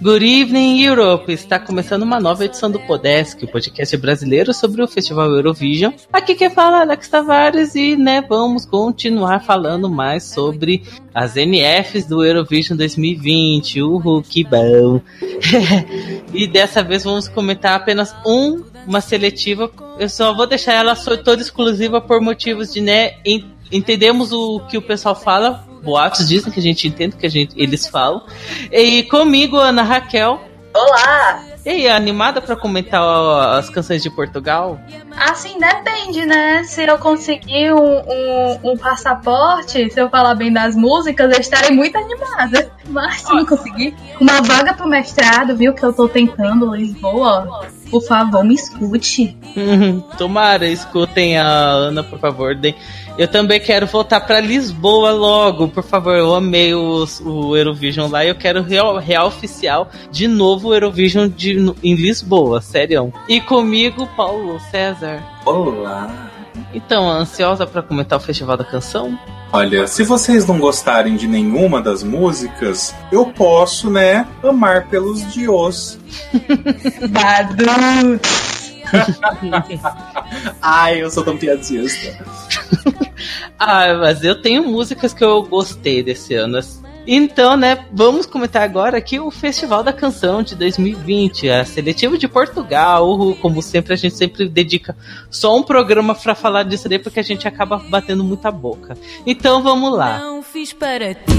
Good evening, Europe! Está começando uma nova edição do Podesk, o podcast brasileiro sobre o Festival Eurovision. Aqui quem fala é Alex Tavares e, vamos continuar falando mais sobre as NFs do Eurovision 2020. Que bom! E dessa vez vamos comentar apenas uma seletiva. Eu só vou deixar ela toda exclusiva por motivos de, entendemos o que o pessoal fala. Boatos dizem que a gente entende o que eles falam. E comigo, Ana Raquel. Olá! E aí, animada pra comentar as canções de Portugal? Assim, depende, né? Se eu conseguir um passaporte, se eu falar bem das músicas, eu estarei muito animada. Mas se não conseguir, uma vaga pro mestrado, viu? Que eu tô tentando, Lisboa. Por favor, me escute. Tomara, escutem a Ana, por favor. Eu também quero voltar pra Lisboa logo, por favor. Eu amei o Eurovision lá e eu quero real oficial de novo o Eurovision em Lisboa, sério. E comigo, Paulo César. Olá! Então, ansiosa pra comentar o Festival da Canção? Olha, se vocês não gostarem de nenhuma das músicas, eu posso, amar pelos dios. Badu! Ai, eu sou tão piadista. Mas eu tenho músicas que eu gostei desse ano. Então, vamos comentar agora aqui o Festival da Canção de 2020, a seletiva de Portugal. Como sempre, a gente sempre dedica só um programa pra falar disso daí, porque a gente acaba batendo muita boca. Então, vamos lá. Não fiz para ti.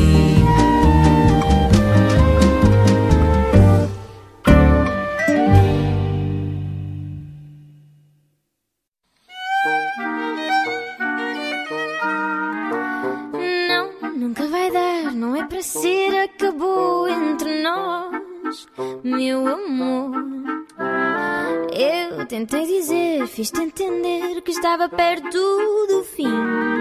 Não é para ser, acabou entre nós, meu amor. Eu tentei dizer, fiz-te entender que estava perto do fim.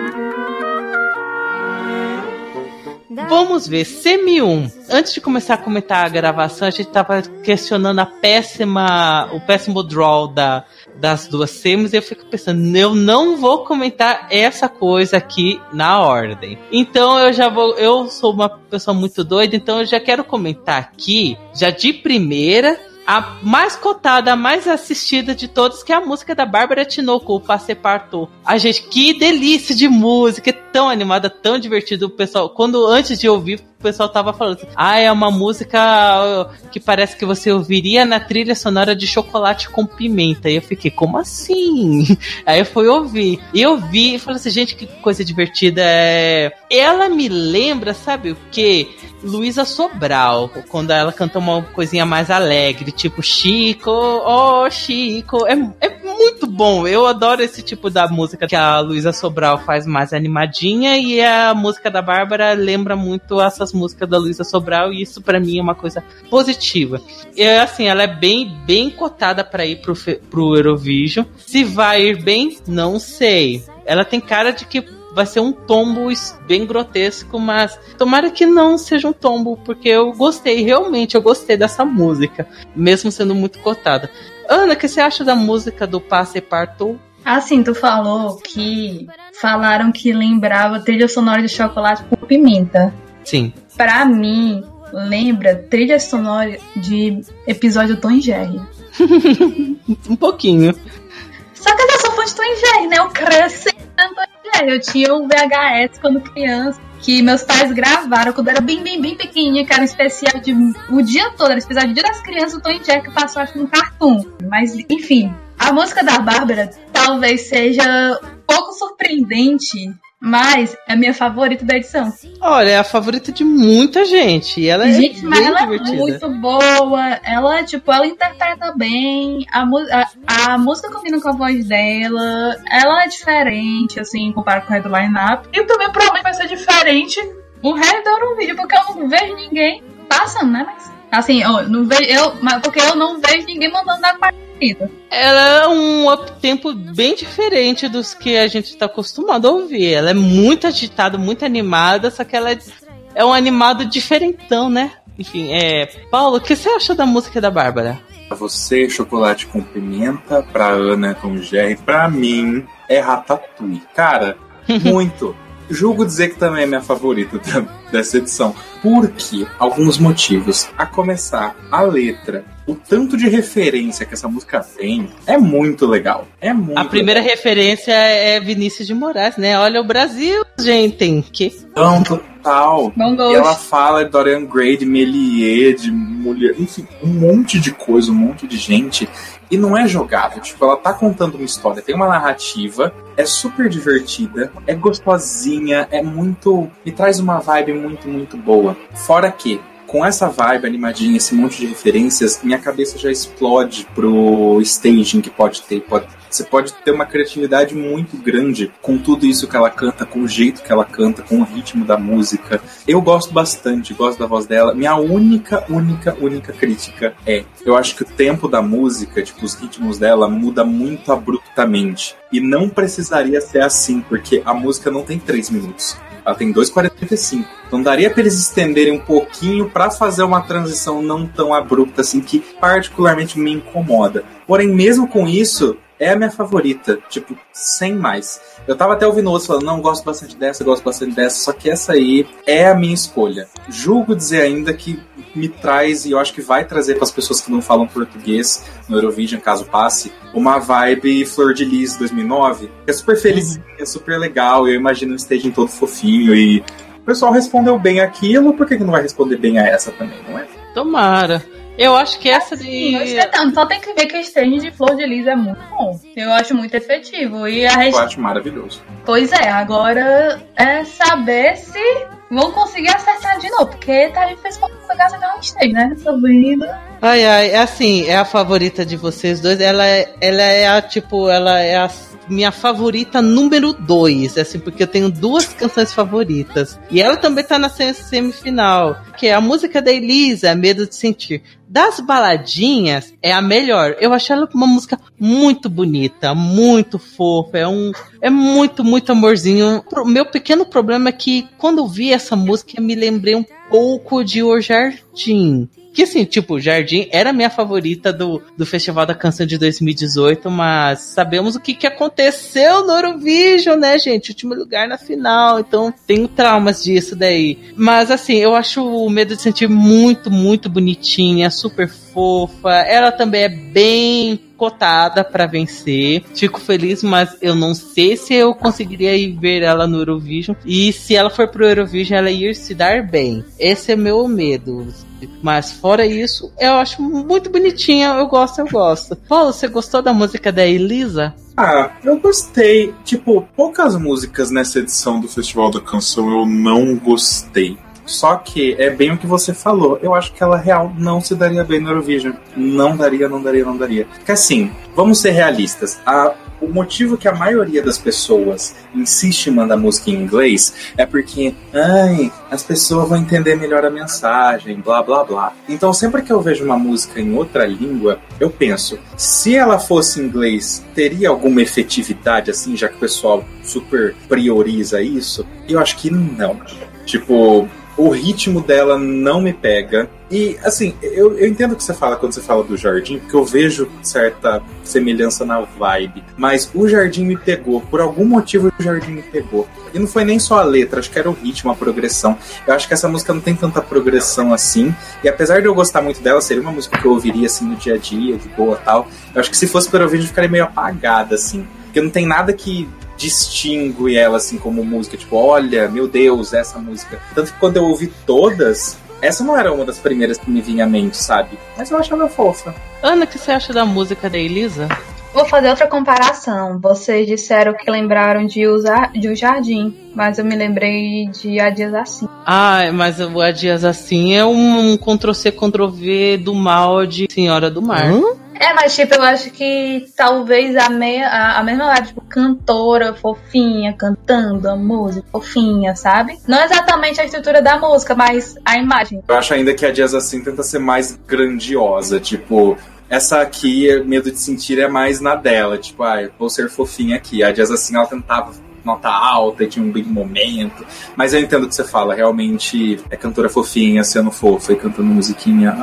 Vamos ver, Semi-1. Antes de começar a comentar a gravação, a gente estava questionando o péssimo draw das duas semis, e eu fico pensando, eu não vou comentar essa coisa aqui na ordem. Então eu sou uma pessoa muito doida, então eu já quero comentar aqui, já de primeira, a mais cotada, a mais assistida de todos, que é a música da Bárbara Tinoco, o Passepartout. Gente, que delícia de música, é tão animada, tão divertida. O pessoal, antes de ouvir, o pessoal tava falando assim, é uma música que parece que você ouviria na trilha sonora de Chocolate com Pimenta. E eu fiquei, como assim? Aí eu fui ouvir. E eu vi e falei assim, gente, que coisa divertida. Ela me lembra, sabe o quê? Luísa Sobral, quando ela canta uma coisinha mais alegre, tipo Chico, oh Chico. É muito bom. Eu adoro esse tipo da música que a Luísa Sobral faz mais animadinha, e a música da Bárbara lembra muito essas músicas da Luísa Sobral, e isso pra mim é uma coisa positiva. Ela é bem cotada pra ir pro Eurovision. Se vai ir bem, não sei. Ela tem cara de que vai ser um tombo bem grotesco, mas tomara que não seja um tombo, porque eu gostei dessa música, mesmo sendo muito cotada. Ana, o que você acha da música do Passepartout? Assim, tu falou que falaram que lembrava trilha sonora de Chocolate com Pimenta. Sim. Pra mim, lembra trilha sonora de episódio Tom e Jerry. Um pouquinho. Só que eu sou fã de Tom e Jerry, né? Eu cresci cantando Tom e Jerry. Eu tinha um VHS quando criança, que meus pais gravaram quando era bem pequenininha, que era um especial o dia todo, era especial de Dia das Crianças, o Tom e Jerry, que passou, acho que no Cartoon. Mas, enfim, a música da Bárbara talvez seja um pouco surpreendente, mas é a minha favorita da edição. Olha, é a favorita de muita gente. E ela é bem divertida. É muito boa. Ela interpreta bem. A música combina com a voz dela. Ela é diferente, assim, comparado com o headline-up. E também provavelmente vai ser diferente o resto do Eurovision, porque eu não vejo ninguém passando, né? Mas, assim, porque eu não vejo ninguém mandando na partida. Ela é um up-tempo bem diferente dos que a gente está acostumado a ouvir. Ela é muito agitada, muito animada, só que ela é um animado diferentão, né? Enfim, Paulo, o que você acha da música da Bárbara? Pra você, Chocolate com Pimenta. Pra Ana, Tom e Jerry. Pra mim, é Ratatouille. Cara, muito. julgo dizer que também é minha favorita dessa edição. Por quê? Alguns motivos. A começar, a letra. O tanto de referência que essa música tem é muito legal. É muito A primeira legal. referência é Vinícius de Moraes, né? Olha o Brasil, gente. Que... Então, total. Bom E gosto. ela fala de Dorian Gray, de Méliès, de mulher... Enfim, um monte de coisa, um monte de gente. E não é jogado. Tipo, ela tá contando uma história, tem uma narrativa, é super divertida, é gostosinha, é muito... Me traz uma vibe muito, muito boa. Fora que, com essa vibe animadinha, esse monte de referências, minha cabeça já explode pro staging que pode ter. Você pode ter uma criatividade muito grande com tudo isso que ela canta, com o jeito que ela canta, com o ritmo da música. Eu gosto bastante, gosto da voz dela. Minha única crítica é... Eu acho que o tempo da música, tipo, os ritmos dela muda muito abruptamente. E não precisaria ser assim, porque a música não tem 3 minutos. Ela tem 2,45. Então daria pra eles estenderem um pouquinho pra fazer uma transição não tão abrupta assim, que particularmente me incomoda. Porém, mesmo com isso, é a minha favorita. Tipo, sem mais. Eu tava até ouvindo outros falando, não, gosto bastante dessa, só que essa aí é a minha escolha. Julgo dizer ainda que me traz, e eu acho que vai trazer para as pessoas que não falam português no Eurovision, caso passe, uma vibe Flor de Lis 2009, que é super felizinha, é super legal, eu imagino um staging todo fofinho, e o pessoal respondeu bem aquilo, por que não vai responder bem a essa também, não é? Tomara. Eu acho que essa Sim, de... só tem que ver que o staging de Flor de Lis é muito bom. Eu acho muito efetivo. E Eu acho maravilhoso. Pois é, agora é saber se vão conseguir acertar de novo, porque tá difícil pra gastar um stage, né? Essa vida. Ai, é assim, é a favorita de vocês dois. Ela é a, tipo, ela é a minha favorita número 2, assim, porque eu tenho 2 canções favoritas. E ela também tá na semifinal, que é a música da Elisa, Medo de Sentir. Das baladinhas, é a melhor. Eu achei ela uma música muito bonita, muito fofa, é muito, muito amorzinho. O meu pequeno problema é que, quando eu vi essa música, eu me lembrei um pouco de O Jardim. Que assim, tipo, Jardim era a minha favorita do Festival da Canção de 2018, mas sabemos o que aconteceu no Eurovision, né, gente? Último lugar na final, então tenho traumas disso daí. Mas assim, eu acho o Medo de Sentir muito, muito bonitinha, super fofa. Ela também é bem cotada pra vencer. Fico feliz, mas eu não sei se eu conseguiria ir ver ela no Eurovision. E se ela for pro Eurovision, ela ir se dar bem. Esse é meu medo. Mas fora isso, eu acho muito bonitinha. Eu gosto. Paulo, você gostou da música da Elisa? Ah, eu gostei. Tipo, poucas músicas nessa edição do Festival da Canção eu não gostei. Só que é bem o que você falou. Eu acho que ela real não se daria bem no Eurovision. Não daria. Porque assim, vamos ser realistas. O motivo que a maioria das pessoas insiste em mandar música em inglês é porque, as pessoas vão entender melhor a mensagem, blá blá blá. Então sempre que eu vejo uma música em outra língua, eu penso, se ela fosse em inglês, teria alguma efetividade assim, já que o pessoal super prioriza isso? Eu acho que não. Tipo, o ritmo dela não me pega. E, assim, eu entendo o que você fala quando você fala do Jardim, porque eu vejo certa semelhança na vibe. Mas o Jardim me pegou. Por algum motivo, o Jardim me pegou. E não foi nem só a letra, acho que era o ritmo, a progressão. Eu acho que essa música não tem tanta progressão assim. E apesar de eu gostar muito dela, seria uma música que eu ouviria, assim, no dia a dia, de boa e tal. Eu acho que se fosse para ouvir, eu ficaria meio apagada, assim. Porque não tem nada que distingue ela, assim, como música. Tipo, olha, meu Deus, essa música. Tanto que quando eu ouvi todas, essa não era uma das primeiras que me vinha à mente, sabe? Mas eu achava fofa. Ana, o que você acha da música da Elisa? Vou fazer outra comparação. Vocês disseram que lembraram de O Jardim, mas eu me lembrei de Há Dias Assim. Mas o Há Dias Assim é um Ctrl-C, Ctrl-V do mal de Senhora do Mar. Mas tipo, eu acho que talvez a mesma vibe, tipo, cantora fofinha, cantando a música fofinha, sabe? Não exatamente a estrutura da música, mas a imagem. Eu acho ainda que a Dias Assim tenta ser mais grandiosa, tipo... Essa aqui, Medo de Sentir, é mais na dela, tipo, vou ser fofinha aqui. A Dias Assim, ela tentava nota alta e tinha um big momento. Mas eu entendo o que você fala, realmente é cantora fofinha, sendo fofa e cantando musiquinha.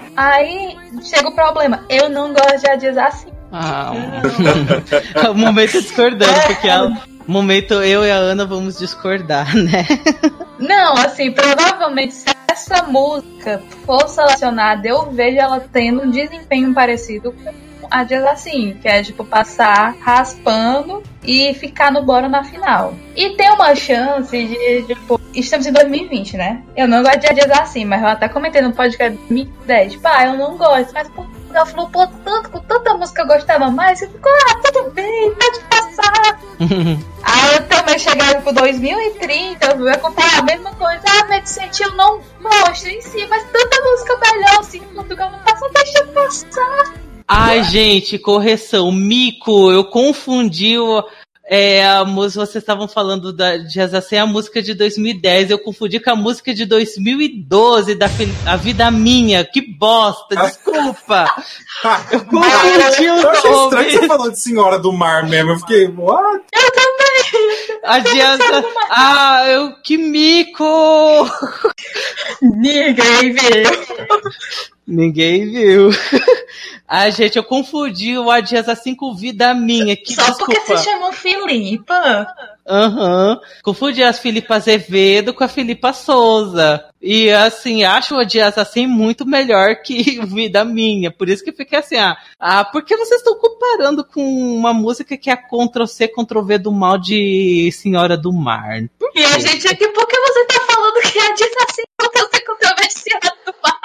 Aí chega o problema, eu não gosto de Há Dias Assim. O momento discordando, porque Momento, eu e a Ana vamos discordar, né? Não, assim, provavelmente se essa música for selecionada, eu vejo ela tendo um desempenho parecido com a Dias Assim, que é tipo passar raspando e ficar no bora na final. E tem uma chance de, tipo, estamos em 2020, né? Eu não gosto de Dias Assim, mas eu até comentei no podcast 2010, tipo, eu não gosto, mas pô, ela falou, pô, tanto, com tanta música eu gostava mais, e ficou, tudo bem, pode passar. Aí eu também chegaram pro 2030, eu ia comparar a mesma coisa, Medicente eu não gosto em si, mas tanta música melhor assim em Portugal não passa, deixa eu passar. Ai, gente, correção. Mico, eu confundi a música. Vocês estavam falando de Azazé, a música de 2010. Eu confundi com a música de 2012, A Vida Minha. Que bosta, desculpa. Eu confundi o nome. Eu achei estranho que você falou de Senhora do Mar mesmo. Eu fiquei, what? Eu também. A Dias... que mico! Ninguém viu. Ninguém viu. Ai, gente, eu confundi o A Dias Assim com Vida Minha. Que só desculpa. Porque você chamou Filipa. Confundi as Filipa Azevedo com a Filipa Souza. E, assim, acho o Dias Assim muito melhor que Vida Minha. Por isso que eu fiquei assim, por que vocês estão comparando com uma música que é Ctrl-C, Ctrl-V do mal de Senhora do Mar? E a gente aqui, por que você tá falando que a Dias Assim Ctrl-C, Ctrl-V Senhora do Mar?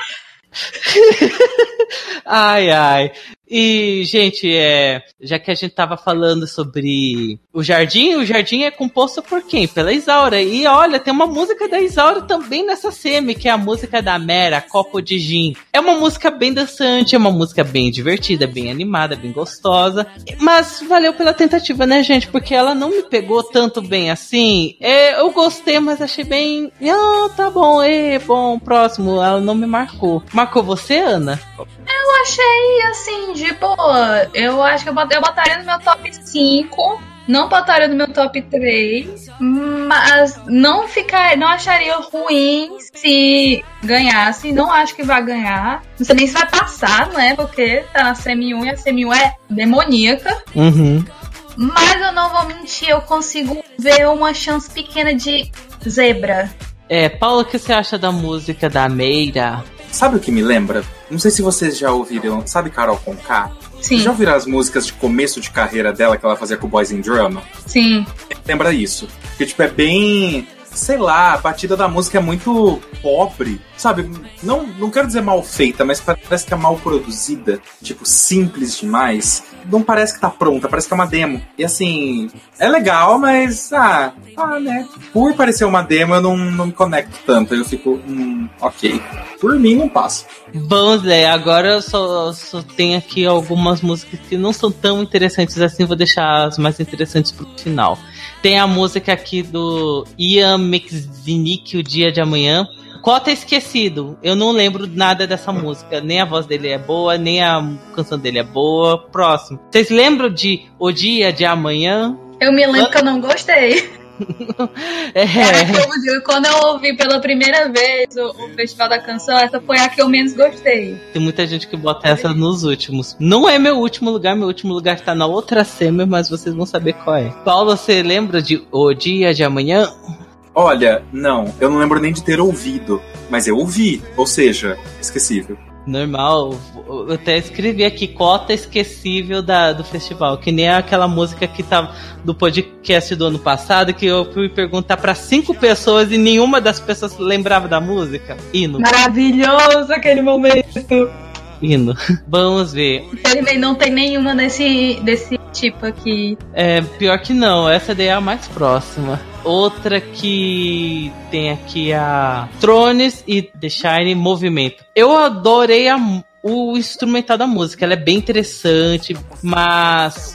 Ai. E, gente, já que a gente tava falando sobre o Jardim é composto por quem? Pela Isaura. E olha, tem uma música da Isaura também nessa semi, que é a música da Mera, Copo de Gin. É uma música bem dançante, é uma música bem divertida, bem animada, bem gostosa. Mas valeu pela tentativa, né, gente? Porque ela não me pegou tanto bem assim. Eu gostei, mas achei bem... tá bom, bom, próximo. Ela não me marcou. Marcou você, Ana? Eu achei, assim, de boa. Eu acho que eu botaria no meu top 5. Não botaria no meu top 3. Mas não acharia ruim se ganhasse. Não acho que vai ganhar. Não sei nem se vai passar, né? Porque tá na semi 1 e a semi 1 é demoníaca. Mas eu não vou mentir, eu consigo ver uma chance pequena de zebra. Paulo, o que você acha da música da Meira? Sabe o que me lembra? Não sei se vocês já ouviram. Sabe Carol Conká? Sim. Já ouviram as músicas de começo de carreira dela que ela fazia com o Boys in Drama? Sim. Lembra isso? Porque, tipo, é bem... Sei lá, a batida da música é muito pobre, sabe? Não quero dizer mal feita, mas parece que é mal produzida. Tipo, simples demais. Não parece que tá pronta, parece que é uma demo. E assim, é legal, mas... né? Por parecer uma demo, eu não me conecto tanto. Eu fico, ok. Por mim, não passa. Vamos ler, agora eu só tenho aqui algumas músicas que não são tão interessantes assim, vou deixar as mais interessantes pro final. Tem a música aqui do Ian McZinick, O Dia de Amanhã. Cota Esquecido. Eu não lembro nada dessa música. Nem a voz dele é boa, nem a canção dele é boa. Próximo. Vocês lembram de O Dia de Amanhã? Eu me lembro que eu não gostei. Quando eu ouvi pela primeira vez o Festival da Canção, essa foi a que eu menos gostei. Tem muita gente que bota essa nos últimos. Não é meu último lugar tá na outra semi, mas vocês vão saber qual é. Paulo, você lembra de O Dia de Amanhã? Olha, não, eu não lembro nem de ter ouvido, mas eu ouvi, ou seja, esquecível. Normal, eu até escrevi aqui, cota esquecível do festival, que nem aquela música que tava do podcast do ano passado, que eu fui perguntar pra 5 pessoas e nenhuma das pessoas lembrava da música. Hino. Maravilhoso aquele momento. Hino. Vamos ver. Infelizmente não tem nenhuma desse tipo aqui. Pior que não, essa daí é a mais próxima. Outra que tem aqui a Thrones e The Shine Movimento. Eu adorei o instrumental da música, ela é bem interessante, mas...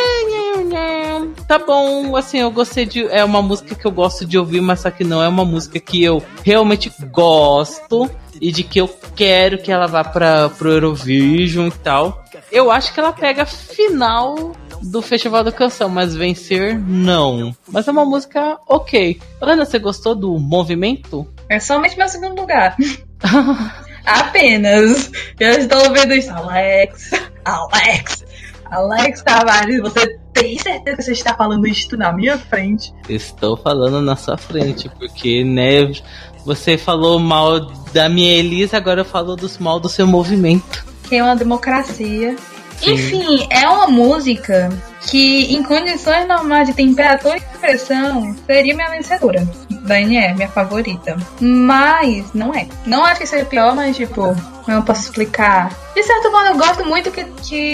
Tá bom, assim, eu gostei é uma música que eu gosto de ouvir, mas só que não é uma música que eu realmente gosto e de que eu quero que ela vá pro Eurovision e tal. Eu acho que ela pega final do Festival da Canção, mas vencer, não. Mas é uma música ok. Ana, você gostou do Movimento? É somente meu segundo lugar. Apenas. Eu estou ouvindo isso. Alex. Alex Tavares, você tem certeza que você está falando isto na minha frente? Estou falando na sua frente, porque, né, você falou mal da minha Elisa, agora eu falo mal do seu movimento. Que é uma democracia. Sim. Enfim, é uma música que, em condições normais de temperatura e pressão, seria minha vencedora. Dani é minha favorita. Mas não é. Não acho que seja pior, mas tipo, eu posso explicar. De certo modo, eu gosto muito que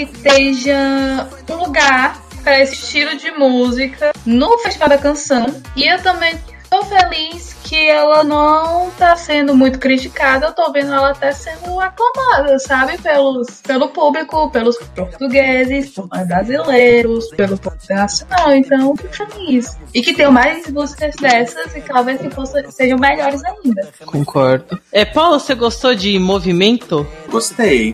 esteja um lugar para esse estilo de música no Festival da Canção. E eu também tô feliz que ela não tá sendo muito criticada. Eu tô vendo ela até sendo aclamada, sabe? Pelo público, pelos portugueses, pelos brasileiros, pelo povo internacional. Então, tô feliz. E que tenham mais músicas dessas e talvez que sejam melhores ainda. Concordo. Paulo, você gostou de Movimento? Gostei,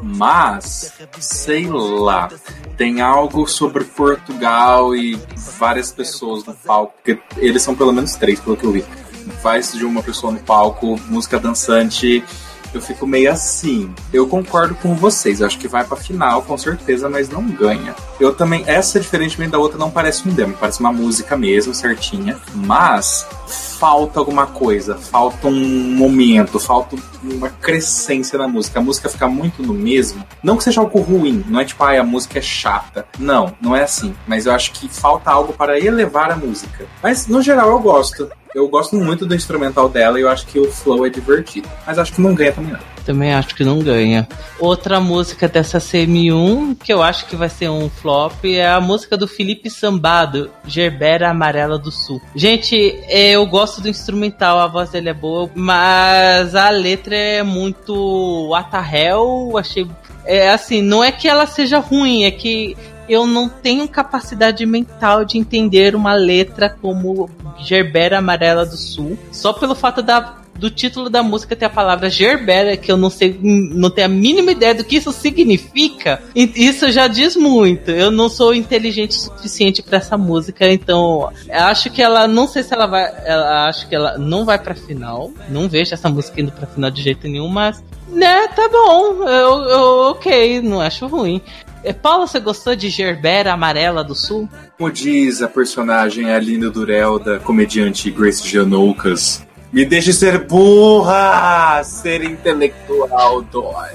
mas sei lá, tem algo sobre Portugal e várias pessoas no palco, porque eles são pelo menos 3, pelo que eu vi. Vai de uma pessoa no palco, música dançante, eu fico meio assim. Eu concordo com vocês, eu acho que vai pra final com certeza, mas não ganha. Eu também, essa diferentemente da outra não parece um demo, parece uma música mesmo, certinha, mas falta alguma coisa, falta um momento, falta uma crescência na música. A música fica muito no mesmo. Não que seja algo ruim, não é tipo, a música é chata. Não é assim. Mas eu acho que falta algo para elevar a música. Mas, no geral, eu gosto. Eu gosto muito do instrumental dela e eu acho que o flow é divertido. Mas acho que não ganha também, não. Também acho que não ganha. Outra música dessa CM1, que eu acho que vai ser um flop, é a música do Felipe Sambado, Gerbera Amarela do Sul. Gente, eu gosto do instrumental, a voz dele é boa, mas a letra é muito what the hell, achei... assim, não é que ela seja ruim, é que eu não tenho capacidade mental de entender uma letra como Gerbera Amarela do Sul, só pelo fato do título da música ter a palavra Gerbera, que eu não sei, não tenho a mínima ideia do que isso significa. E isso já diz muito. Eu não sou inteligente o suficiente para essa música, então acho que ela, não sei se ela vai, acho que ela não vai pra final. Não vejo essa música indo pra final de jeito nenhum, mas né, tá bom. Eu ok, não acho ruim. Paula, você gostou de Gerbera Amarela do Sul? Como diz a personagem Aline Durel, da comediante Grace Janoucas, me deixe ser burra, ser intelectual, dói.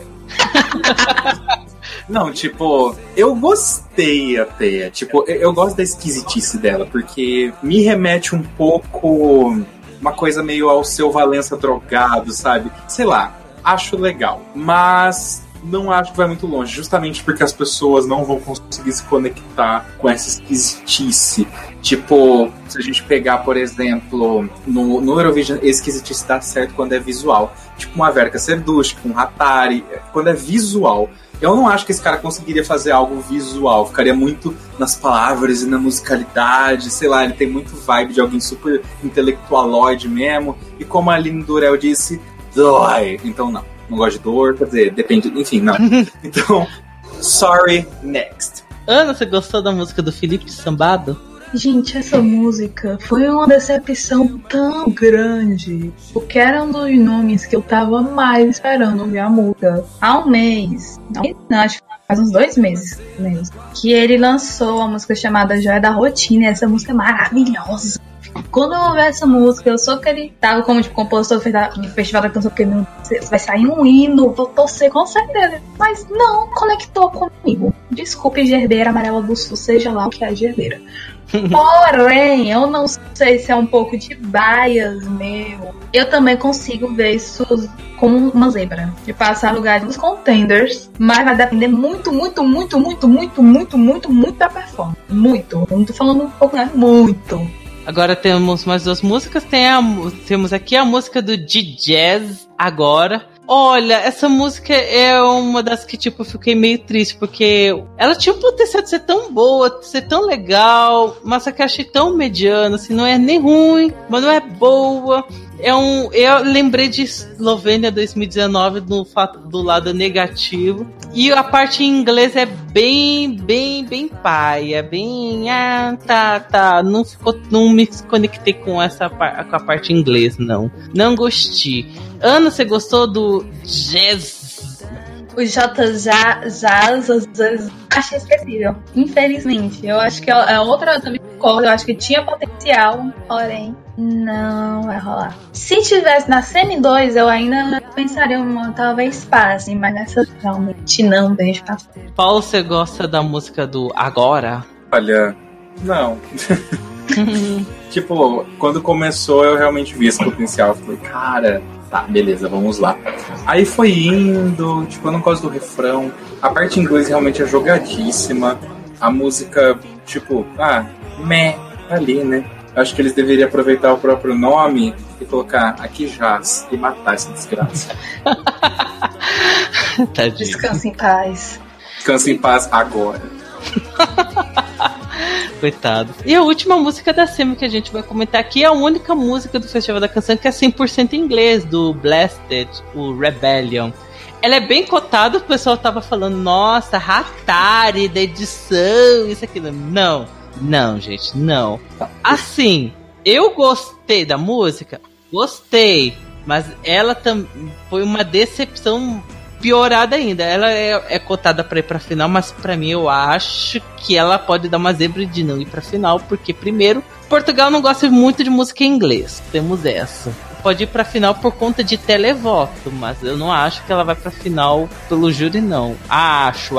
Não, tipo, eu gostei até. Tipo, eu gosto da esquisitice dela, porque me remete um pouco uma coisa meio ao Seu Valença drogado, sabe? Sei lá, acho legal. Mas não acho que vai muito longe, justamente porque as pessoas não vão conseguir se conectar com essa esquisitice. Tipo, se a gente pegar, por exemplo, no Eurovision, esquisitice dá certo quando é visual. Tipo uma Verka Serduch, um Hatari, quando é visual. Eu não acho que esse cara conseguiria fazer algo visual, ficaria muito nas palavras e na musicalidade, sei lá, ele tem muito vibe de alguém super intelectualoide mesmo, e como a Aline Durel disse, dói, então não gosto de dor, quer dizer, depende, enfim, não. Então, sorry, next. Ana, você gostou da música do Felipe Sambado? Gente, essa música foi uma decepção tão grande, porque era um dos nomes que eu tava mais esperando ouvir a música. Há um mês, não, acho que faz uns 2 meses mesmo, que ele lançou uma música chamada Joia da Rotina, e essa música é maravilhosa. Quando eu ouvi essa música, eu só que ele tava como tipo, compositor do Festival da Canção, porque vai sair um hino, vou torcer com certeza. Mas não conectou comigo. Desculpe, Gerbera Amarela do Sul, seja lá o que é Gerbera. Porém, eu não sei se é um pouco de bias meu. Eu também consigo ver isso como uma zebra, de passar lugar nos contenders, mas vai depender muito da performance. Muito. Eu não tô falando um pouco, né? Muito. Agora temos mais 2 músicas. Temos aqui a música do D-Jazz, Agora. Olha, essa música é uma das que, tipo, eu fiquei meio triste, porque ela tinha o potencial de ser tão boa, de ser tão legal, mas só que eu achei tão mediana, assim, não é nem ruim, mas não é boa. Eu lembrei de Eslovênia 2019 do lado negativo. E a parte em inglês é bem paia, bem... tá. Não me conectei com a parte em inglês, não. Não gostei. Ana, você gostou do jazz? o Jazz acho esquecível. Infelizmente. Eu acho que é outra, eu também concordo. Eu acho que tinha potencial, porém não vai rolar. Se tivesse na Semi 2, eu ainda pensaria talvez passe, mas nessa realmente não vejo passar. Paulo, você gosta da música do Agora? Olha, não. Tipo, quando começou eu realmente vi esse potencial. Falei, cara, tá, beleza, vamos lá. Aí foi indo, tipo, eu não gosto do refrão. A parte em inglês realmente é jogadíssima. A música, tipo, tá ali, né? Acho que eles deveriam aproveitar o próprio nome e colocar aqui jazz e matar essa desgraça. Descansa em paz. Descansa em paz agora. Coitado. E a última música da Semi que a gente vai comentar aqui é a única música do Festival da Canção que é 100% em inglês, do Blasted, o Rebellion. Ela é bem cotada, o pessoal tava falando, nossa, Hatari da edição, isso, aquilo. Não, gente, não. Assim, eu gostei da música, mas ela foi uma decepção piorada ainda. Ela é cotada pra ir pra final, mas pra mim eu acho que ela pode dar uma zebra de não ir pra final, porque primeiro, Portugal não gosta muito de música em inglês, temos essa. Pode ir pra final por conta de televoto, mas eu não acho que ela vai pra final pelo júri, não. Acho.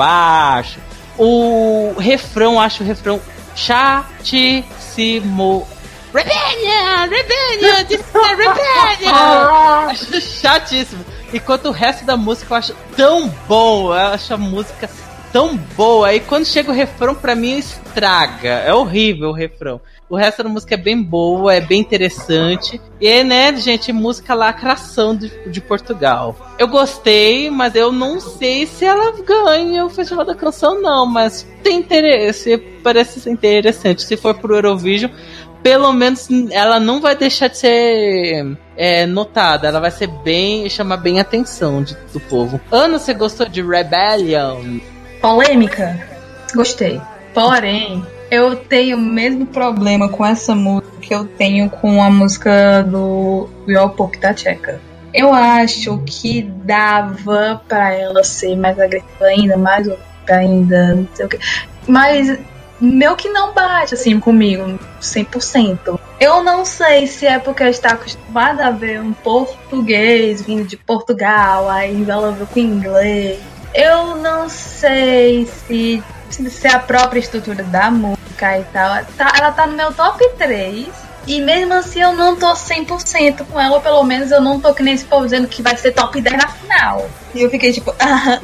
Acho o refrão chatíssimo. Rebellion, this is a rebellion. Acho chatíssimo. Enquanto o resto da música eu acho tão bom, eu acho a música tão boa. E quando chega o refrão, pra mim estraga. É horrível o refrão. O resto da música é bem boa, é bem interessante. E, né, gente, música lacração de Portugal. Eu gostei, mas eu não sei se ela ganha o Festival da Canção, não. Mas tem interesse, parece ser interessante. Se for pro Eurovision, pelo menos ela não vai deixar de ser notada. Ela vai ser chamar bem a atenção do povo. Ana, você gostou de Rebellion? Polêmica? Gostei. Porém, eu tenho o mesmo problema com essa música que eu tenho com a música do Yopok da Tcheca. Eu acho que dava pra ela ser mais agressiva ainda, mais ainda, não sei o que. Mas meu que não bate assim comigo 100%. Eu não sei se é porque está acostumada a ver um português vindo de Portugal, aí ela viu com inglês. Eu não sei se a própria estrutura da música e tal. Ela tá no meu top 3. E mesmo assim eu não tô 100% com ela. Ou pelo menos eu não tô que nem esse povo dizendo que vai ser top 10 na final. E eu fiquei tipo...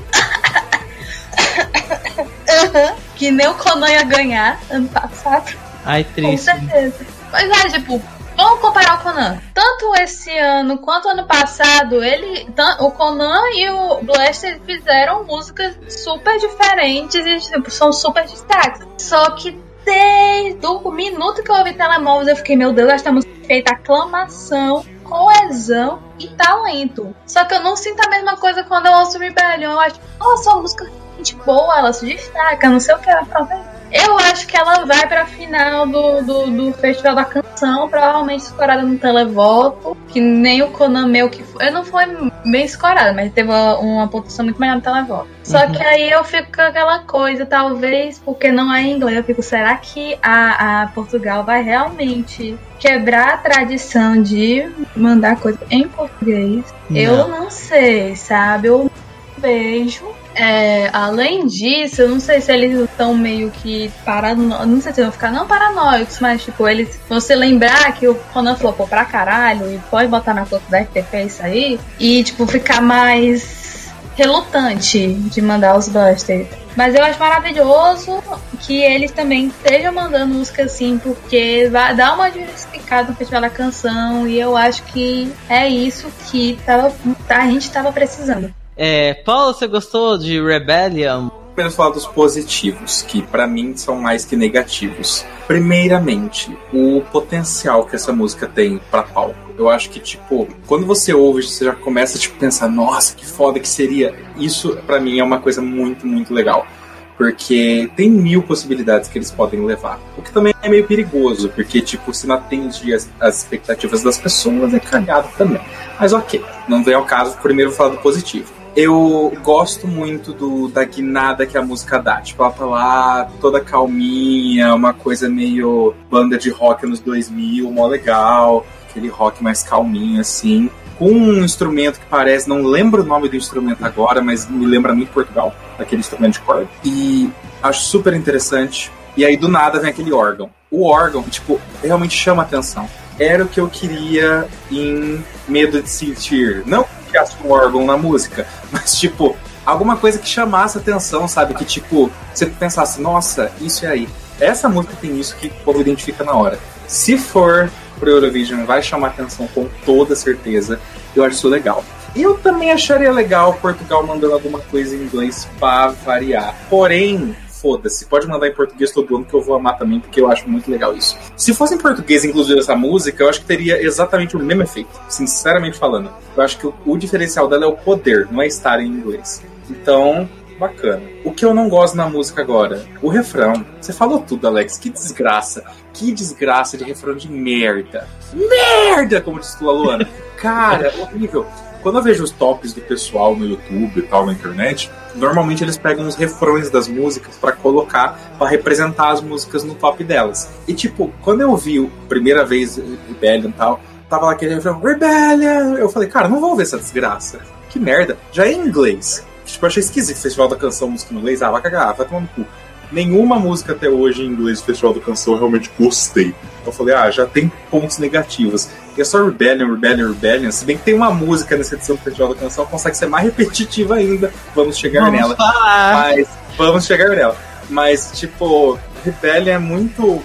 que nem o Conan ia ganhar ano passado. Ai, triste. Com certeza. Mas é, tipo... Vamos comparar o Conan. Tanto esse ano quanto ano passado, o Conan e o Blaster fizeram músicas super diferentes e tipo, são super destaques. Só que desde o minuto que eu ouvi Telemóveis, eu fiquei, meu Deus, essa música é feita aclamação, coesão e talento. Só que eu não sinto a mesma coisa quando eu ouço Rebellion. Eu acho, nossa, uma música gente boa, ela se destaca, não sei o que ela faz. Eu acho que ela vai pra final do Festival da Canção, provavelmente escorada no televoto, que nem o Conan meu que foi. Eu não foi bem escorada, mas teve uma pontuação muito melhor no televoto. Só que aí eu fico com aquela coisa, talvez, porque não é em inglês, eu fico, será que a Portugal vai realmente quebrar a tradição de mandar coisa em português? Não. Eu não sei, sabe? Eu vejo. Além disso, eu não sei se eles estão meio que paranoicos, não sei se vão ficar não paranoicos, mas tipo, eles vão se lembrar que o Conan flopou pra caralho e pode botar na conta da RTP isso aí e tipo, ficar mais relutante de mandar os busters. Mas eu acho maravilhoso que eles também estejam mandando música assim, porque vai dar uma diversificada no Festival da Canção e eu acho que é isso que a gente tava precisando. Paulo, você gostou de Rebellion? Primeiro falar dos positivos, que pra mim são mais que negativos. Primeiramente, o potencial que essa música tem pra palco. Eu acho que, tipo, quando você ouve, você já começa a pensar, nossa, que foda que seria. Isso, pra mim, é uma coisa muito, muito legal. Porque tem 1000 possibilidades que eles podem levar. O que também é meio perigoso, porque, tipo, se não atende as expectativas das pessoas, é cagado também. Mas ok, não vem ao caso, primeiro vou falar do positivo. Eu gosto muito da guinada que a música dá. Tipo, ela tá lá toda calminha, uma coisa meio banda de rock anos 2000, mó legal. Aquele rock mais calminho, assim. Com um instrumento que parece... Não lembro o nome do instrumento agora, mas me lembra muito Portugal. Aquele instrumento de corda. E acho super interessante. E aí, do nada, vem aquele órgão. O órgão, tipo, realmente chama atenção. Era o que eu queria em Medo de Sentir. Não que tivesse um órgão na música, mas, tipo, alguma coisa que chamasse atenção, sabe? Que, tipo, você pensasse, nossa, isso é aí. Essa música tem isso que o povo identifica na hora. Se for pro Eurovision, vai chamar atenção com toda certeza. Eu acho isso legal. E eu também acharia legal Portugal mandando alguma coisa em inglês pra variar. Porém... foda-se, pode mandar em português todo ano que eu vou amar também, porque eu acho muito legal isso. Se fosse em português, inclusive, essa música, eu acho que teria exatamente o mesmo efeito, sinceramente falando. Eu acho que o diferencial dela é o poder, não é estar em inglês. Então, bacana. O que eu não gosto na música agora, o refrão. Você falou tudo, Alex, que desgraça. Que desgraça de refrão de merda. Merda, como diz a Luana. Cara, horrível. Quando eu vejo os tops do pessoal no YouTube e tal, na internet, normalmente eles pegam os refrões das músicas pra colocar, pra representar as músicas no top delas. E tipo, quando eu vi a primeira vez Rebellion e tal, tava lá aquele refrão, Rebellion! Eu falei, cara, não vou ver essa desgraça. Que merda. Já é em inglês. Tipo, eu achei esquisito o Festival da Canção, música em inglês. Ah, vai cagar, vai tomar no cu. Nenhuma música até hoje em inglês do Festival da Canção eu realmente gostei. Eu falei, já tem pontos negativos. E é só Rebellion, se bem que tem uma música nessa edição do Festival da Canção que consegue ser mais repetitiva ainda. Vamos chegar nela. Vamos chegar nela. Mas, tipo, Rebellion é muito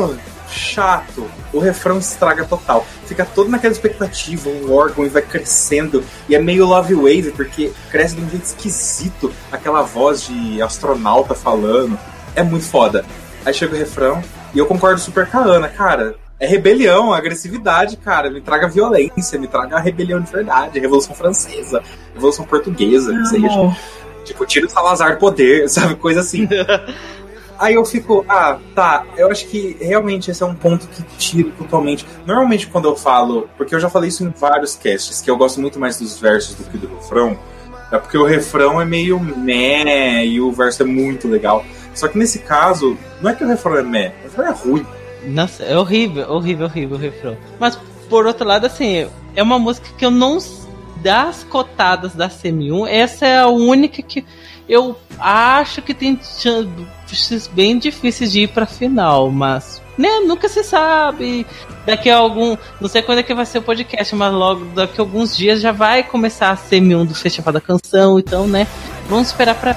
chato. O refrão estraga total. Fica todo naquela expectativa, o órgão e vai crescendo. E é meio Love Wave, porque cresce de um jeito esquisito. Aquela voz de astronauta falando. É muito foda. Aí chega o refrão e eu concordo super com a Ana, cara. É rebelião, agressividade, cara. Me traga violência, me traga a rebelião de verdade. Revolução Francesa, Revolução Portuguesa, que seja. Tipo, tira o Salazar do poder, sabe? Coisa assim. Aí eu fico, tá, eu acho que realmente esse é um ponto que tira totalmente. Normalmente quando eu falo, porque eu já falei isso em vários casts, que eu gosto muito mais dos versos do que do refrão, é porque o refrão é meio meh e o verso é muito legal. Só que nesse caso, não é que o refrão é meh, o refrão é ruim. Nossa, é horrível o refrão. Mas, por outro lado, assim, é uma música que eu não... Das cotadas da CM1, essa é a única que eu acho que tem chances bem difíceis de ir pra final, mas... né, nunca se sabe. Daqui a não sei quando é que vai ser o podcast, mas logo daqui a alguns dias já vai começar a CM1 do Festival da Canção, então, né, vamos esperar pra...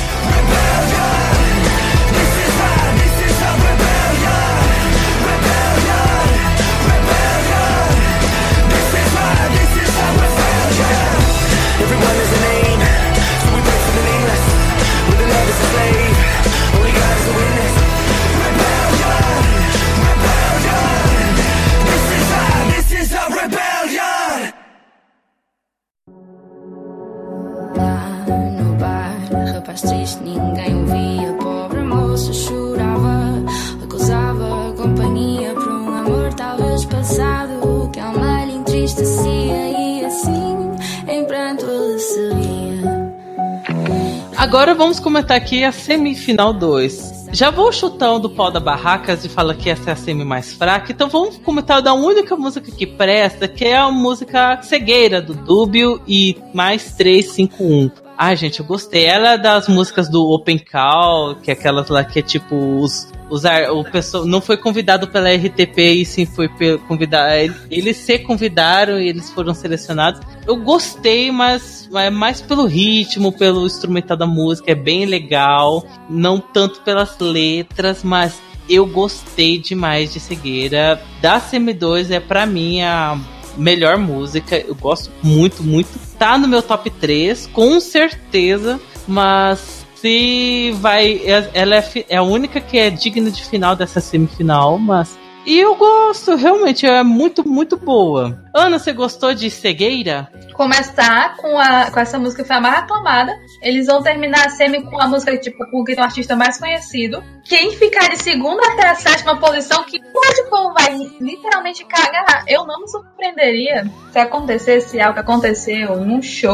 Triste, ninguém via, pobre moça chorava, acusava companhia por um amor talvez passado, que a alma lhe entristecia e assim em pranto ele se ria. Agora vamos comentar aqui a semifinal 2. Já vou chutar do pau da barracas e falar que essa é a semi mais fraca, então vamos comentar da única música que presta, que é a música Cegueira, do Dúbio e mais 351. Ai, gente, eu gostei. Ela é das músicas do Open Call, que é aquelas lá que é tipo o pessoal não foi convidado pela RTP e sim foi convidado. Eles se convidaram e eles foram selecionados. Eu gostei, mas é mais pelo ritmo, pelo instrumental da música, é bem legal. Não tanto pelas letras, mas eu gostei demais de Cegueira. Da CM2 é pra mim a melhor música, eu gosto muito, muito. Tá no meu top 3, com certeza, mas se vai... Ela é a única que é digna de final dessa semifinal, mas... E eu gosto, realmente, é muito, muito boa. Ana, você gostou de Cegueira? Começar com essa música que foi a mais aclamada. Eles vão terminar a semi com a música tipo, com quem tem um artista mais conhecido. Quem ficar de segunda até a sétima posição, que hoje o povo vai literalmente cagar. Eu não me surpreenderia se acontecesse algo que aconteceu num show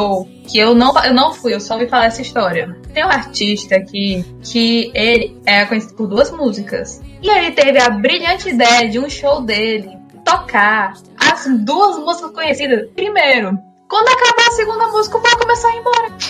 que eu não fui, eu só ouvi falar essa história. Tem um artista aqui que ele é conhecido por 2 músicas. E ele teve a brilhante ideia de um show dele tocar as 2 músicas conhecidas primeiro. Quando acabar a segunda música, o povo começou a ir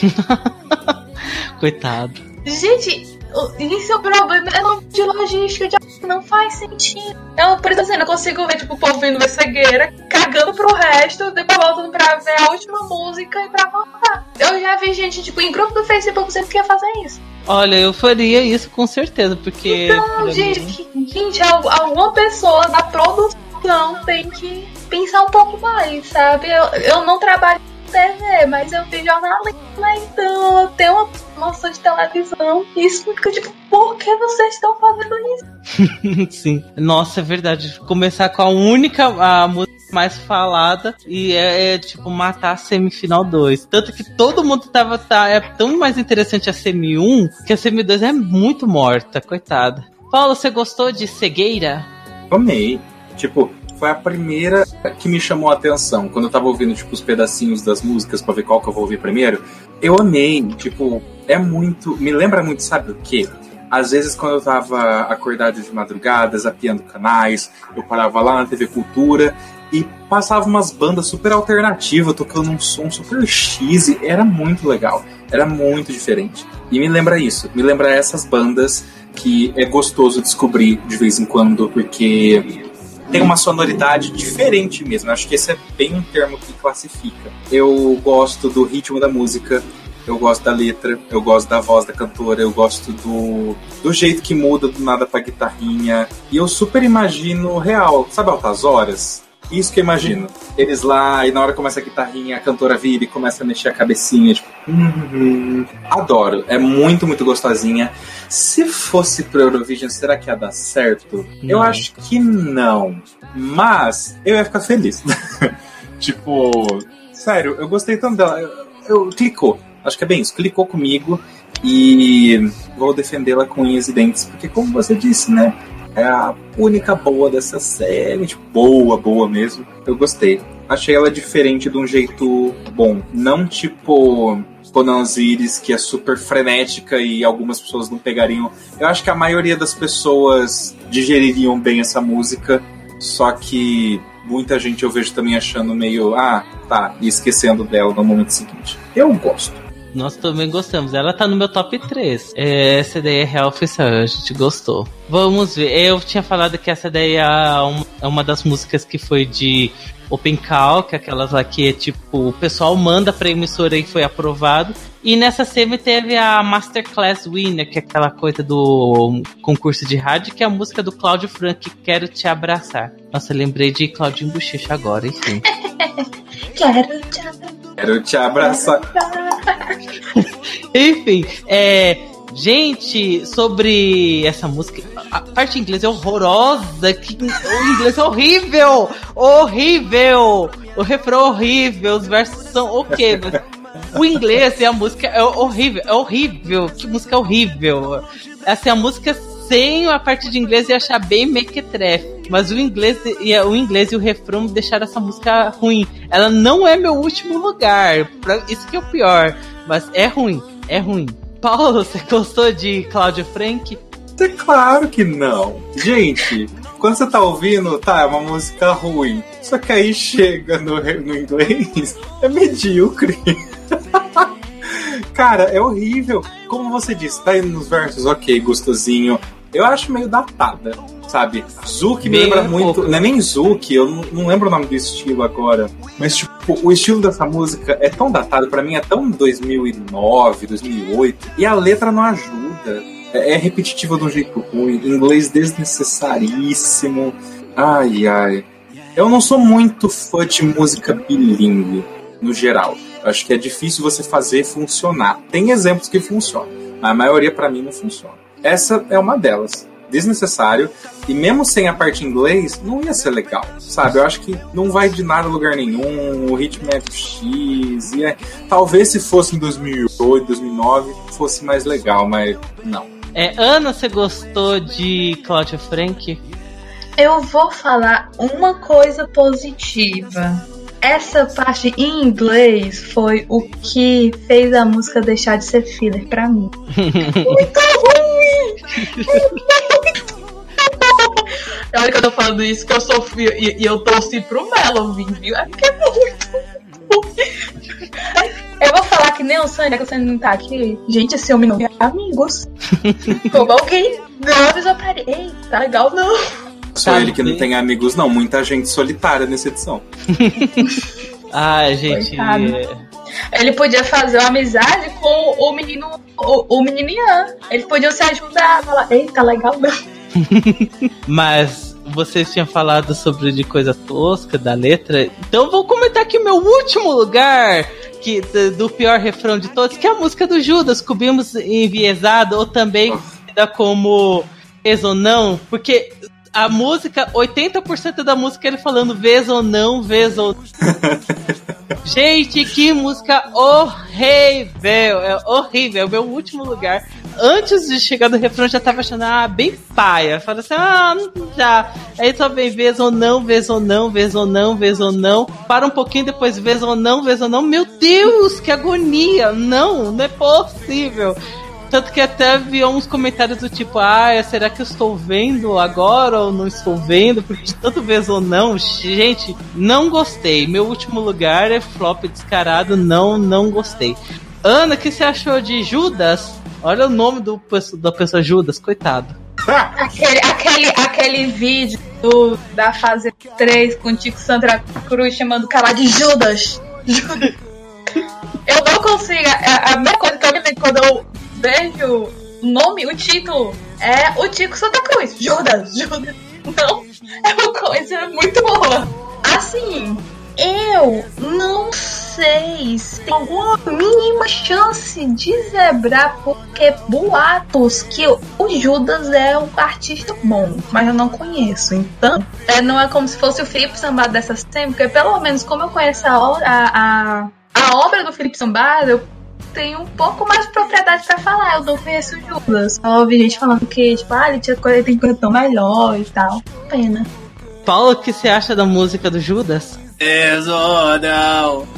embora. Coitado. Gente, isso é o problema de logística, não faz sentido. Eu, por exemplo, não consigo ver, tipo, o povo vindo na cegueira, cagando pro resto, depois voltando pra ver a última música e pra voltar. Eu já vi gente, tipo, em grupo do Facebook dizendo que ia fazer isso. Olha, eu faria isso com certeza, porque... Então, gente, alguma pessoa da produção tem que pensar um pouco mais, sabe? Eu não trabalho em TV, mas eu fiz jornalismo, então eu tenho uma noção de televisão. Isso fica tipo, por que vocês estão fazendo isso? Sim. Nossa, é verdade. Começar com a música mais falada e tipo, matar a semifinal 2. Tanto que todo mundo é tão mais interessante a semi 1 que a semi 2 é muito morta, coitada. Paulo, você gostou de Cegueira? Amei. Tipo, foi a primeira que me chamou a atenção. Quando eu tava ouvindo, tipo, os pedacinhos das músicas pra ver qual que eu vou ouvir primeiro, eu amei. Tipo, me lembra muito, sabe o quê? Às vezes, quando eu tava acordado de madrugada, zapeando canais, eu parava lá na TV Cultura e passava umas bandas super alternativas, tocando um som super X, e era muito legal. Era muito diferente. E me lembra isso. Me lembra essas bandas que é gostoso descobrir de vez em quando, porque tem uma sonoridade diferente mesmo. Acho que esse é bem um termo que classifica. Eu gosto do ritmo da música, eu gosto da letra, eu gosto da voz da cantora, eu gosto do jeito que muda do nada pra guitarrinha. E eu super imagino real, sabe Altas Horas? Isso que eu imagino. Eles lá, e na hora que começa a guitarrinha, a cantora vira e começa a mexer a cabecinha, tipo... Adoro. É muito, muito gostosinha. Se fosse pro Eurovision, será que ia dar certo? Não. Eu acho que não. Mas eu ia ficar feliz. Tipo... Sério, eu gostei tanto dela. Clicou. Acho que é bem isso. Clicou comigo e vou defendê-la com unhas e dentes. Porque, como você disse, né? É a única boa dessa série, tipo, boa mesmo. Eu gostei. Achei ela diferente de um jeito bom. Não tipo Conan Osiris, que é super frenética e algumas pessoas não pegariam. Eu acho que a maioria das pessoas digeririam bem essa música, só que muita gente eu vejo também achando meio, e esquecendo dela no momento seguinte. Eu gosto. Nós também gostamos. Ela tá no meu top 3. Essa daí é real oficial, a gente gostou. Vamos ver. Eu tinha falado que essa daí é uma das músicas que foi de Open Call, que é aquelas lá que é tipo, o pessoal manda pra emissora e foi aprovado. E nessa semi teve a Masterclass Winner, que é aquela coisa do concurso de rádio, que é a música do Cláudio Franck, Quero Te Abraçar. Nossa, eu lembrei de Claudinho Bochecha agora, enfim. Quero te abraçar. Enfim, gente, sobre essa música, a parte em inglês é horrorosa, o inglês é horrível, o refrão é horrível, os versos são ok, mas o inglês e a música é horrível, que música horrível. Assim, a música sem a parte de inglês ia achar bem mequetrefe, mas o inglês e o refrão me deixaram essa música ruim. Ela não é meu último lugar, isso que é o pior, mas é ruim. Paulo, você gostou de Cláudio Franck? É claro que não. Gente, quando você tá ouvindo, é uma música ruim, só que aí chega no inglês, é medíocre. Cara, é horrível. Como você disse, tá indo nos versos, ok, gostosinho. Eu acho meio datada, sabe? Zouk me lembra muito... Não é nem Zouk, eu não lembro o nome do estilo agora. Mas, tipo, o estilo dessa música é tão datado, pra mim é tão 2009, 2008. E a letra não ajuda. É repetitiva de um jeito ruim. Inglês desnecessaríssimo. Ai. Eu não sou muito fã de música bilíngue, no geral. Acho que é difícil você fazer funcionar. Tem exemplos que funcionam, mas a maioria pra mim não funciona. Essa é uma delas. Desnecessário. E mesmo sem a parte em inglês, não ia ser legal, sabe? Eu acho que não vai de nada a lugar nenhum. O ritmo é X. Talvez se fosse em 2008, 2009, fosse mais legal, mas não. Ana, você gostou de Cláudio Franck? Eu vou falar uma coisa positiva. essa parte em inglês foi o que fez a música deixar de ser filler pra mim. Muito ruim! Olha que eu tô falando isso, que eu sofri e eu torci pro Melvin, viu? É porque é muito ruim. Eu vou falar que nem o Sandy, que o Sandy não tá aqui. Gente, esse homem não tem amigos. Como alguém não avisou pra ele. Ei, tá legal não. Só ele que não tem amigos, não. Muita gente solitária nessa edição. Gente. Ele podia fazer uma amizade com o menino Ian. Eles podiam se ajudar. Falar, ei, tá legal não. Mas vocês tinham falado sobre de coisa tosca da letra. Então eu vou comentar aqui o meu último lugar do pior refrão de todos, que é a música do Judas, Cubimos Enviesado, ou também conhecida como Vez ou Não, porque a música, 80% da música é ele falando vez ou não, vez ou Gente, que música horrível! É horrível, é o meu último lugar. Antes de chegar do refrão, já tava achando, bem paia. Fala assim, já. Aí só vem vez ou não, vez ou não, vez ou não, vez ou não. Para um pouquinho, depois vez ou não, vez ou não. Meu Deus, que agonia! Não é possível. Tanto que até vi uns comentários do tipo, será que eu estou vendo agora ou não estou vendo? Porque de tanto vez ou não, gente, não gostei. Meu último lugar é flop descarado, não gostei. Ana, o que você achou de Judas? Olha o nome da pessoa Judas, coitado. Aquele vídeo da fase 3 com o Tico Santa Cruz chamando o cara de Judas. Eu não consigo. A mesma coisa que eu me lembro quando eu vejo o nome, o título, é o Tico Santa Cruz. Judas. Não, é uma coisa muito boa. Assim, eu não sei se tem alguma mínima chance de zebrar, porque boatos que o Judas é um artista bom, mas eu não conheço. Então, não é como se fosse o Felipe Sambado dessa sempre, porque pelo menos como eu conheço a obra do Felipe Sambado, eu tenho um pouco mais de propriedade pra falar. Eu não conheço o Judas. Só ouvi gente falando que, tipo, ele tem coisa tão melhor e tal. Pena. Paulo, o que você acha da música do Judas? Desonão.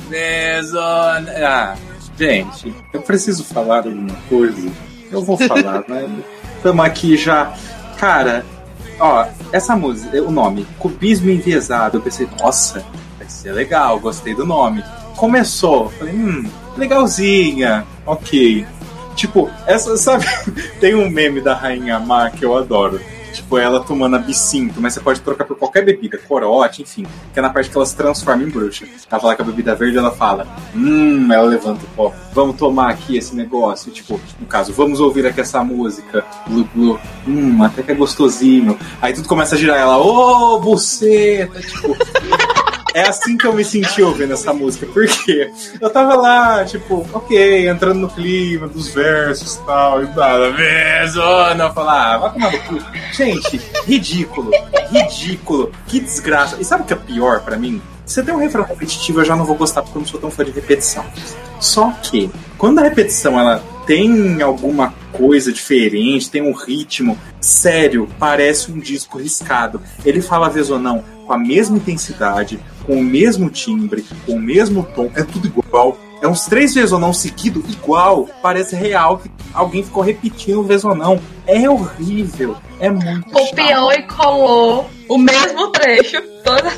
Gente, eu preciso falar alguma coisa. Eu vou falar, né? Estamos aqui já. Cara, essa música, o nome, Cubismo Enviesado. Eu pensei, nossa, vai ser legal, gostei do nome. Começou, falei, legalzinha, ok. Tipo, essa, sabe, tem um meme da Rainha Má que eu adoro. Tipo, ela tomando absinto, mas você pode trocar por qualquer bebida, corote, enfim. Que é na parte que ela se transforma em bruxa. Ela fala que a bebida verde, ela fala, ela levanta o pó. Vamos tomar aqui esse negócio. Tipo, no caso, vamos ouvir aqui essa música. Glu, glu. Até que é gostosinho. Aí tudo começa a girar, ela, buceta. Tipo... É assim que eu me senti ouvindo essa música, porque eu tava lá, tipo, ok, entrando no clima dos versos e tal, e nada, mesona, falar, vai tomar no cu. Gente, ridículo, que desgraça. E sabe o que é pior pra mim? Se tem um refrão repetitivo, eu já não vou gostar, porque eu não sou tão fã de repetição. Só que, quando a repetição, ela tem alguma coisa diferente, tem um ritmo, sério, parece um disco riscado. Ele fala vez ou não, com a mesma intensidade, com o mesmo timbre, com o mesmo tom, é tudo igual. É uns 3 vezes ou não seguido, igual. Parece real que alguém ficou repetindo vez ou não. É horrível, é muito chato. Copiou e colou o mesmo trecho toda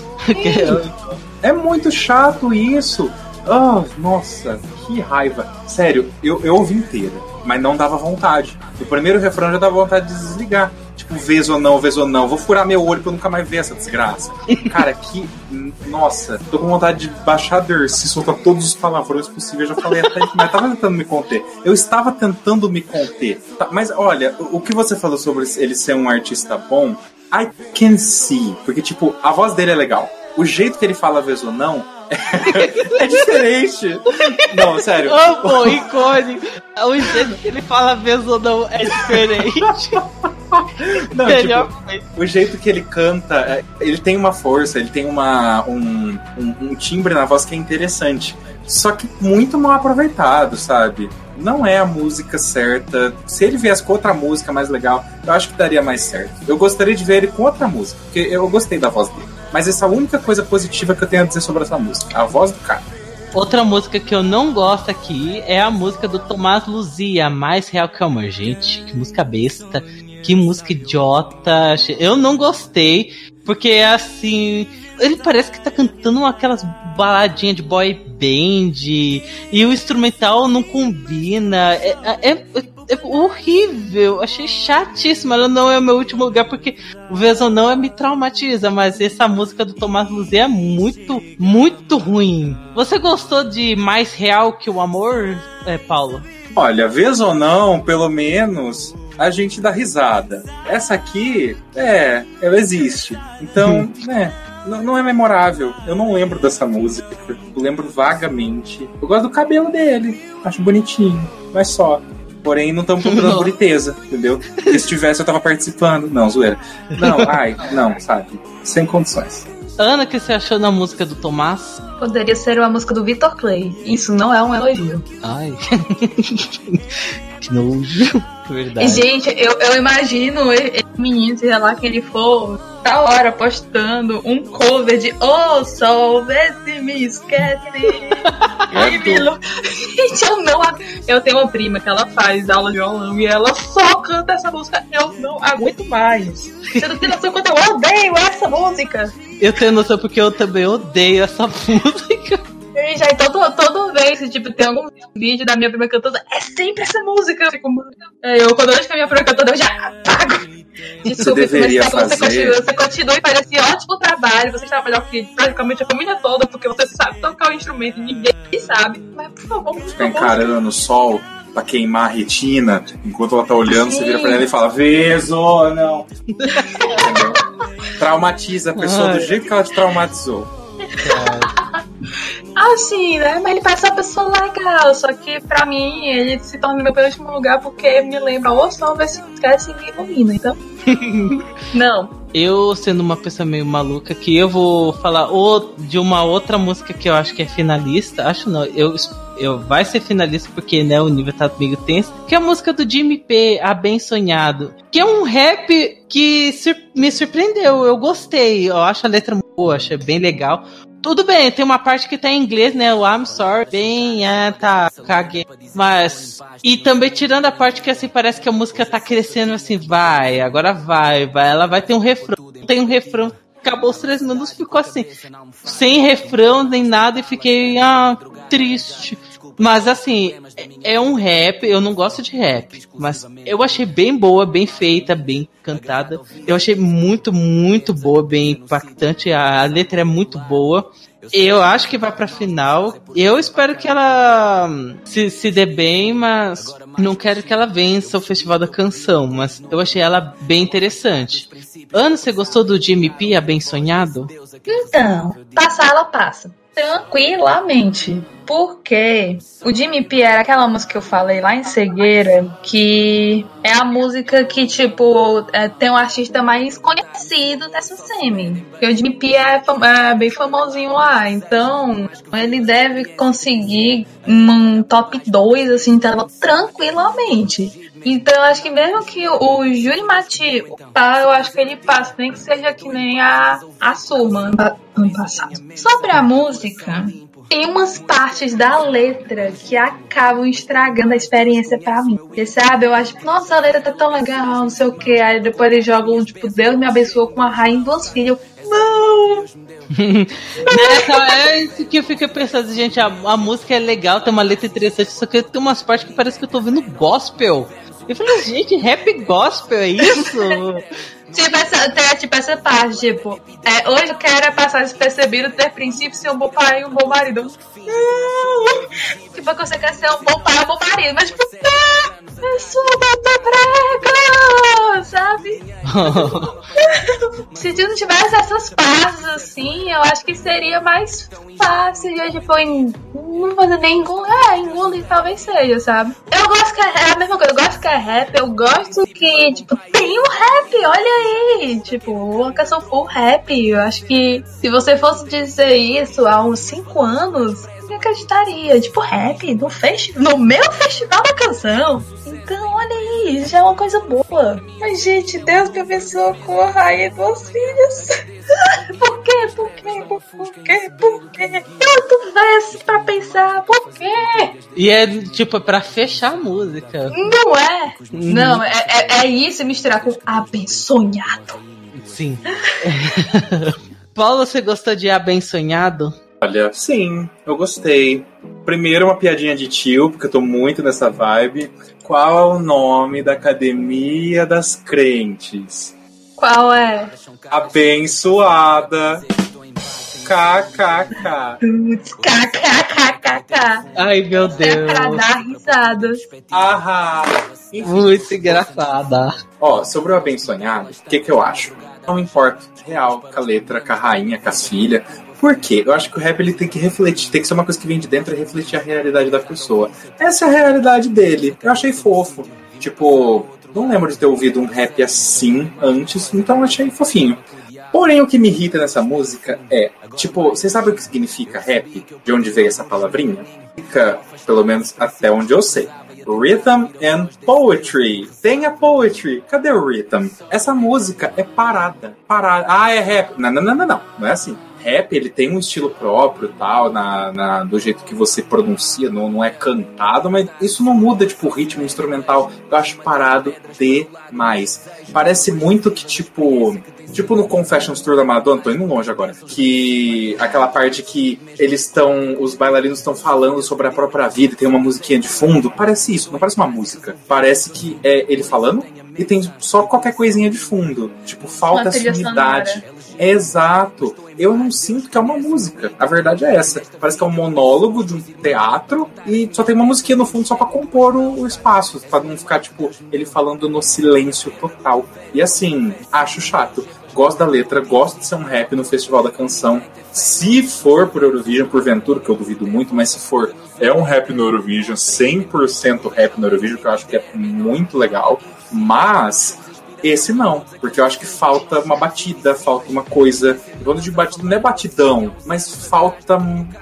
É muito chato isso. Nossa, que raiva. Sério, eu ouvi inteira, mas não dava vontade. No primeiro refrão já dava vontade de desligar. Tipo, vez ou não, vou furar meu olho pra eu nunca mais ver essa desgraça. Cara, nossa, tô com vontade de baixar Dercy, soltar todos os palavrões possíveis. Eu já falei até, mas tava tentando me conter. Eu estava tentando me conter. Tá, mas olha, o que você falou sobre ele ser um artista bom, I can see. Porque, tipo, a voz dele é legal. O jeito que ele fala vez ou não é diferente. Não, sério. Icônico. O jeito que ele fala vez ou não é diferente. Não, tipo, o jeito que ele canta, ele tem uma força, ele tem um timbre na voz que é interessante. Só que muito mal aproveitado, sabe? Não é a música certa. Se ele viesse com outra música mais legal, eu acho que daria mais certo. Eu gostaria de ver ele com outra música, porque eu gostei da voz dele. Mas essa é a única coisa positiva que eu tenho a dizer sobre essa música. A voz do cara. Outra música que eu não gosto aqui é a música do Tomás Luzia, Mais Real que o Amor. Gente, que música besta, que música idiota. Eu não gostei, porque assim, ele parece que tá cantando aquelas baladinhas de boy band e o instrumental não combina. É horrível, achei chatíssimo. Ela não é o meu último lugar, porque o Vezes Não me traumatiza, mas essa música do Tomás Luzia é muito, muito ruim. Você gostou de Mais Real que o Amor, Paulo? Olha, Vez ou Não, pelo menos a gente dá risada. Essa aqui, ela existe. Então, não é memorável. Eu não lembro dessa música. Eu lembro vagamente. Eu gosto do cabelo dele. Acho bonitinho. Mas só. Porém, não estamos procurando boniteza, entendeu? Porque se tivesse, eu tava participando. Não, zoeira. Não, sabe? Sem condições. Ana, o que você achou da música do Tomás? Poderia ser uma música do Vitor Clay. Isso não é um elogio. Ai. Que nojo. Verdade. E, gente, eu imagino esse menino, seja lá quem ele for, da hora postando um cover de "Oh, Sol, vê se me esquece". Gente, eu tenho uma prima que ela faz aula de violão e ela só canta essa música. Eu não aguento mais. Você não tem noção quanto eu odeio essa música. Eu tenho noção porque eu também odeio essa música. E já toda vez que tem algum vídeo da minha prima cantando, é sempre essa música. Eu fico, quando eu vejo que a minha prima cantando, eu já apago. Desculpa, você continua e faz esse ótimo trabalho. Você está melhor que praticamente a família toda, porque você sabe tocar o instrumento e ninguém sabe. Mas, por favor, fica encarando o sol pra queimar a retina, enquanto ela tá olhando, você vira pra ela e fala: "Vez ou não". Traumatiza a pessoa do jeito que ela te traumatizou. Assim, né? Mas ele parece uma pessoa legal. Só que pra mim, ele se torna meu penúltimo lugar porque me lembra ou só ver se esquece e me ilumina. Então, não. Eu, sendo uma pessoa meio maluca, que eu vou falar de uma outra música que eu acho que é finalista. Acho não, eu vai ser finalista porque, né, o nível tá meio tenso. Que é a música do Jimmy P, A Bem Sonhado. Que é um rap que me surpreendeu. Eu gostei. Eu acho a letra boa, achei bem legal. Tudo bem, tem uma parte que tá em inglês, né? O I'm sorry, caguei. Mas. E também tirando a parte que assim, parece que a música tá crescendo assim, agora vai. Ela vai ter um refrão. Tem um refrão. Acabou os 3 minutos, ficou assim. Sem refrão, nem nada, e fiquei triste. Mas assim, é um rap, eu não gosto de rap, mas eu achei bem boa, bem feita, bem cantada. Eu achei muito, muito boa, bem impactante. A letra é muito boa. Eu acho que vai pra final. Eu espero que ela se dê bem, mas não quero que ela vença o Festival da Canção. Mas eu achei ela bem interessante. Ana, você gostou do Jimmy P, A Bem Sonhado? Então, passar ela passa. Tranquilamente. Porque o Jimmy P era aquela música que eu falei lá em Cegueira, que é a música que, tem um artista mais conhecido dessa semi. Porque o Jimmy P é bem famosinho lá. Então, ele deve conseguir um top 2, assim, tranquilamente. Então, eu acho que mesmo que o Júri Mati, eu acho que ele passa, nem que seja que nem a Surma ano passado. Sobre a música, tem umas partes da letra que acabam estragando a experiência pra mim. Porque, sabe, eu acho, nossa, a letra tá tão legal, não sei o que. Aí depois eles jogam, Deus me abençoou com uma rainha e 2 filhas. Não! É isso que eu fico pensando, gente, a música é legal, tem uma letra interessante, só que tem umas partes que parece que eu tô ouvindo gospel. Eu falei, gente, rap gospel, é isso? Essa parte, hoje eu quero passar despercebido, ter princípio, ser um bom pai e um bom marido. Que você quer ser um bom pai e um bom marido, mas eu sou prego, sabe? Se não tivesse essas partes assim, eu acho que seria mais fácil de, não fazer nem engolir talvez seja, sabe? Eu gosto que é a mesma coisa, eu gosto que é rap, eu gosto que, tem um rap, olha aí, uma canção full rap. Eu acho que se você fosse dizer isso há uns 5 anos, eu acreditaria, rap no meu festival da canção. Então, olha aí, já é uma coisa boa. Mas, gente, Deus me abençoou com a rainha e 2 filhos. Por que Tanto verso pra pensar, por quê? E é tipo pra fechar a música. Não é? Não, é isso misturar com abençonhado. Sim. Paulo, você gostou de Abençonhado? Olha, sim, eu gostei. Primeiro uma piadinha de tio, porque eu tô muito nessa vibe. Qual é o nome da Academia das Crentes? Qual é? Abençoada. KKK. KKKKK. Ai, meu Deus. É pra dar risada. Ahá. Muito engraçada. Ó, sobre o Abençonhado, o que eu acho? Não importa, real, com a letra, com a rainha, com as filhas. Por quê? Eu acho que o rap ele tem que refletir, tem que ser uma coisa que vem de dentro e refletir a realidade da pessoa. Essa é a realidade dele. Eu achei fofo. Tipo, não lembro de ter ouvido um rap assim antes, então eu achei fofinho. Porém, o que me irrita nessa música é, tipo, vocês sabem o que significa rap? De onde veio essa palavrinha? Fica, pelo menos até onde eu sei. Rhythm and Poetry. Tem a poetry. Cadê o rhythm? Essa música é parada. Ah, é rap. Não. Não é assim. Rap, ele tem um estilo próprio, tal, do jeito que você pronuncia, não é cantado, mas isso não muda, tipo, o ritmo instrumental. Eu acho parado demais. Parece muito que, tipo no Confessions Tour da Madonna, tô indo longe agora, que aquela parte que os bailarinos estão falando sobre a própria vida e tem uma musiquinha de fundo, parece isso, não parece uma música. Parece que é ele falando e tem só qualquer coisinha de fundo. Tipo, falta essa unidade. Exato. Eu não sinto que é uma música. A verdade é essa. Parece que é um monólogo de um teatro e só tem uma musiquinha no fundo só pra compor o espaço, pra não ficar, tipo, ele falando no silêncio total. E assim, acho chato. Gosto da letra, gosto de ser um rap no Festival da Canção. Se for por Eurovision, porventura, que eu duvido muito, mas se for, é um rap no Eurovision, 100% rap no Eurovision, que eu acho que é muito legal. Mas esse não, porque eu acho que falta uma batida, falta uma coisa. Quando de batida não é batidão, mas falta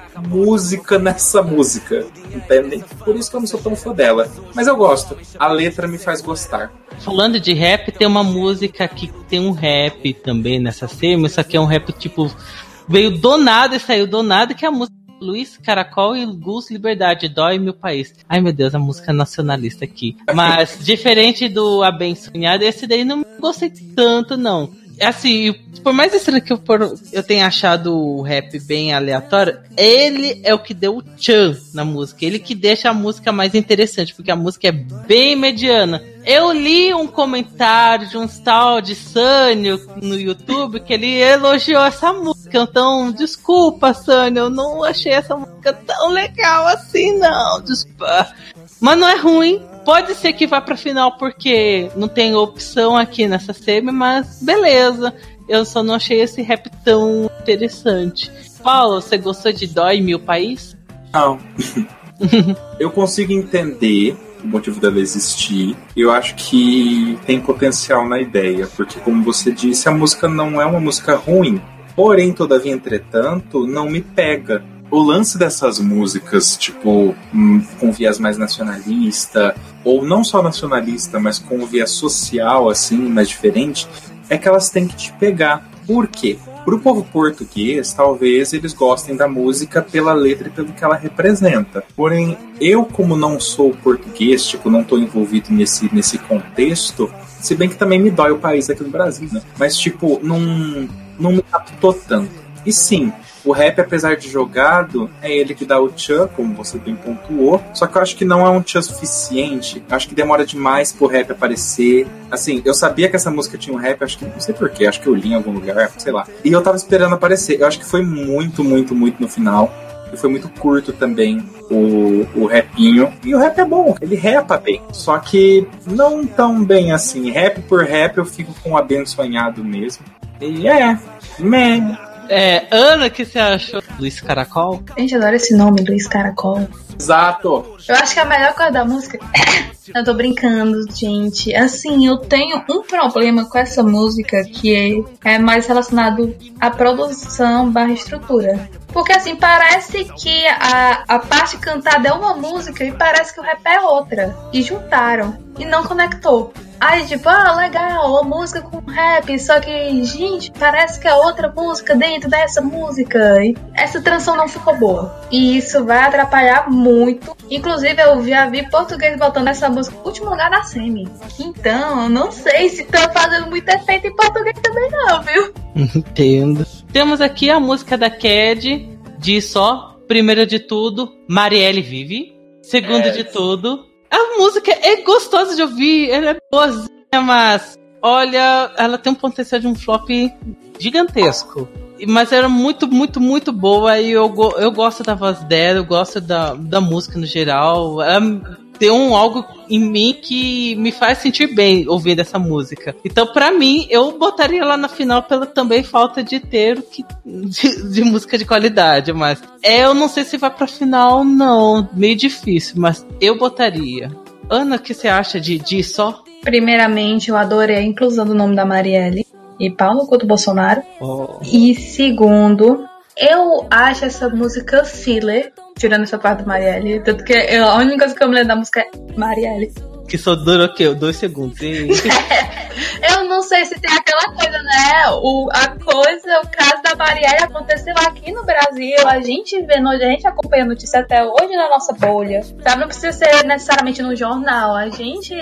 música nessa música, entendem? Por isso que eu não sou tão fã dela. Mas eu gosto, a letra me faz gostar. Falando de rap, tem uma música que tem um rap também nessa cena, mas isso aqui é um rap tipo, veio do nada e saiu do nada, que é a música Luiz Caracol e Gus Liberdade, Dói Meu País. Ai meu Deus, a música nacionalista aqui. Mas diferente do Abençonhado, esse daí não gostei tanto não. Assim, por mais estranho que eu tenha achado o rap bem aleatório, ele é o que deu o tchan na música. Ele que deixa a música mais interessante, porque a música é bem mediana. Eu li um comentário de um tal de Sânio no YouTube que ele elogiou essa música. Então, desculpa, Sânio, eu não achei essa música tão legal assim, não. Desculpa. Mas não é ruim. Pode ser que vá pra final porque não tem opção aqui nessa semi, mas beleza. Eu só não achei esse rap tão interessante. Paulo, você gostou de Dói Meu País? Não. Eu consigo entender o motivo dela existir. Eu acho que tem potencial na ideia, porque como você disse, a música não é uma música ruim. Porém, todavia, entretanto, não me pega. O lance dessas músicas, tipo, com viés mais nacionalista, ou não só nacionalista, mas com viés social, assim, mais diferente, é que elas têm que te pegar. Por quê? Pro povo português, talvez eles gostem da música pela letra e pelo que ela representa. Porém, eu, como não sou português, tipo, não tô envolvido nesse contexto, se bem que também me dói o país aqui no Brasil, né? Mas, tipo, não me captou tanto. E sim, o rap, apesar de jogado, é ele que dá o tchan, como você bem pontuou. Só que eu acho que não é um tchan suficiente. Eu acho que demora demais pro rap aparecer. Assim, eu sabia que essa música tinha um rap, acho que, não sei porquê, acho que eu li em algum lugar, sei lá. E eu tava esperando aparecer. Eu acho que foi muito, muito, muito no final. E foi muito curto também o rapinho. E o rap é bom, ele rapa bem. Só que não tão bem assim. Rap por rap eu fico com o Abençonhado mesmo. E Ana, o que você achou? Luiz Caracol? Gente, adoro esse nome, Luiz Caracol. Exato. Eu acho que a melhor coisa da música... Eu tô brincando, gente. Assim, eu tenho um problema com essa música que é mais relacionado à produção / estrutura. Porque assim, parece que a parte cantada é uma música e parece que o rap é outra. E juntaram. E não conectou. Aí, tipo, legal, a música com rap, só que, gente, parece que é outra música dentro dessa música. E essa transição não ficou boa. E isso vai atrapalhar muito. Inclusive, eu já vi português botando essa música no último lugar da semi. Então, eu não sei se estão fazendo muito efeito em português também não, viu? Entendo. Temos aqui a música da Cad, de só, primeiro de tudo, Marielle Vive. Segundo de tudo... A música é gostosa de ouvir, ela é boazinha, mas olha, ela tem um potencial de um flop gigantesco. Mas era muito, muito, muito boa e eu gosto da voz dela, eu gosto da música no geral. Ela tem algo em mim que me faz sentir bem ouvindo essa música. Então, pra mim, eu botaria ela na final pela também falta de ter de música de qualidade. Mas eu não sei se vai pra final, não. Meio difícil, mas eu botaria. Ana, o que você acha de só? Primeiramente, eu adorei a inclusão do nome da Marielle. E pau no cu do Bolsonaro. Oh. E segundo, eu acho essa música filler, tirando essa parte da Marielle. Tanto que a única coisa que eu me lembro da música é Marielle. Que só dura o quê? 2 segundos. Eu não sei se tem aquela coisa, né? O caso da Marielle aconteceu aqui no Brasil. A gente vendo hoje, a gente acompanha a notícia até hoje na nossa bolha. Sabe? Não precisa ser necessariamente no jornal. A gente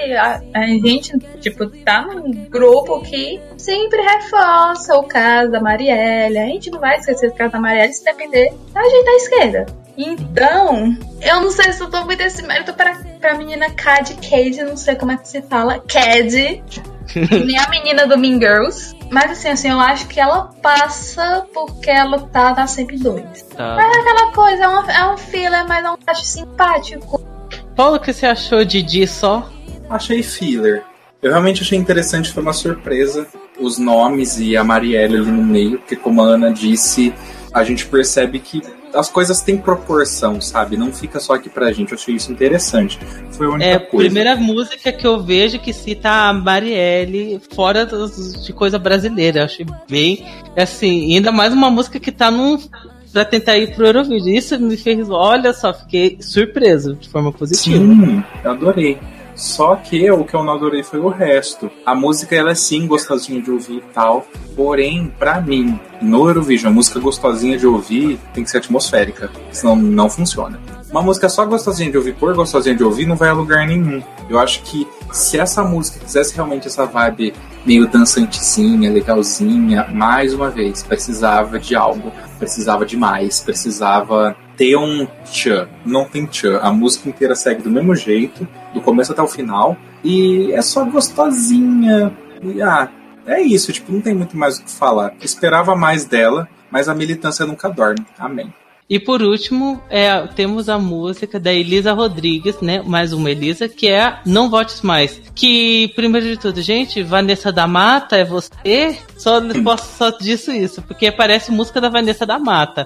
tipo, tá num grupo que sempre reforça o caso da Marielle. A gente não vai esquecer o caso da Marielle se depender da gente da esquerda. Então, eu não sei se eu dou muito esse mérito pra menina Cad, não sei como é que se fala, Cad, nem a menina do Mean Girls. Mas assim, eu acho que ela passa porque ela tá na sempre 2. Tá. Mas aquela coisa, é um filler, mas é um acho simpático. Paulo, o que você achou de só? Achei filler. Eu realmente achei interessante, foi uma surpresa os nomes e a Marielle ali no meio, porque como a Ana disse, a gente percebe que as coisas têm proporção, sabe? Não fica só aqui pra gente. Eu achei isso interessante. Foi a única coisa. É a primeira música que eu vejo que cita a Marielle fora de coisa brasileira. Eu achei bem, assim, ainda mais uma música que tá pra tentar ir pro Eurovision. Isso me fez, olha só, fiquei surpreso de forma positiva. Sim, eu adorei. Só que o que eu não adorei foi o resto. A música, ela é sim gostosinha de ouvir e tal. Porém, pra mim, no Eurovision, a música gostosinha de ouvir tem que ser atmosférica. Senão não funciona. Uma música só gostosinha de ouvir por gostosinha de ouvir não vai a lugar nenhum. Eu acho que se essa música quisesse realmente essa vibe meio dançantezinha, legalzinha, mais uma vez, precisava de algo. Precisava de mais. Precisava ter um tchan. Não tem tchan. A música inteira segue do mesmo jeito, do começo até o final. E é só gostosinha. E, é isso. Tipo, não tem muito mais o que falar. Esperava mais dela, mas a militância nunca dorme. Amém. E por último, temos a música da Elisa Rodrigues, né? Mais uma Elisa, que é Não Votes Mais. Que, primeiro de tudo, gente, Vanessa da Mata é você? Só disso isso, porque parece música da Vanessa da Mata.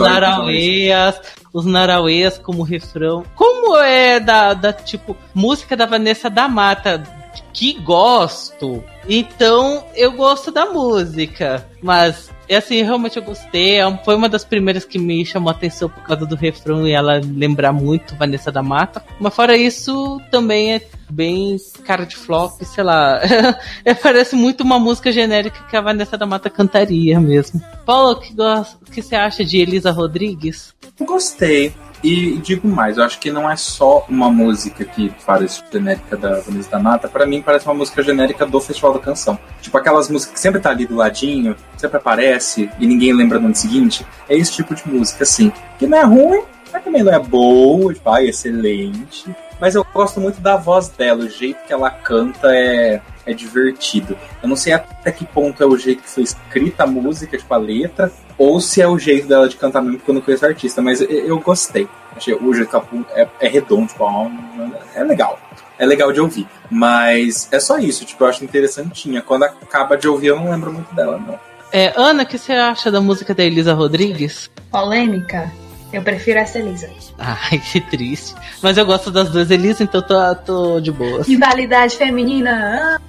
Os Narauês como refrão. Como é da tipo, música da Vanessa da Mata, que gosto. Então, eu gosto da música, mas... assim, realmente eu gostei. Foi uma das primeiras que me chamou a atenção por causa do refrão e ela lembrar muito Vanessa da Mata. Mas fora isso, também é bem cara de flop, sei lá. Parece muito uma música genérica que a Vanessa da Mata cantaria mesmo. Paulo, o que você acha de Elisa Rodrigues? Gostei. E digo mais, eu acho que não é só uma música que parece genérica da Vanessa da Mata. Pra mim parece uma música genérica do Festival da Canção. Tipo aquelas músicas que sempre tá ali do ladinho, sempre aparece e ninguém lembra no ano seguinte. É esse tipo de música, assim. Que não é ruim, mas também não é boa, tipo, excelente. Mas eu gosto muito da voz dela, o jeito que ela canta é divertido. Eu não sei até que ponto é o jeito que foi escrita a música, tipo a letra, ou se é o jeito dela de cantar mesmo, porque eu não conheço a artista, mas eu gostei. Achei o jeito que ela é redondo, tipo, é legal. É legal de ouvir. Mas é só isso, tipo, eu acho interessantinha. Quando acaba de ouvir, eu não lembro muito dela, não. Ana, o que você acha da música da Elisa Rodrigues? Polêmica. Eu prefiro essa Elisa. Ai, que triste. Mas eu gosto das duas Elisa, então tô de boa. Rivalidade feminina.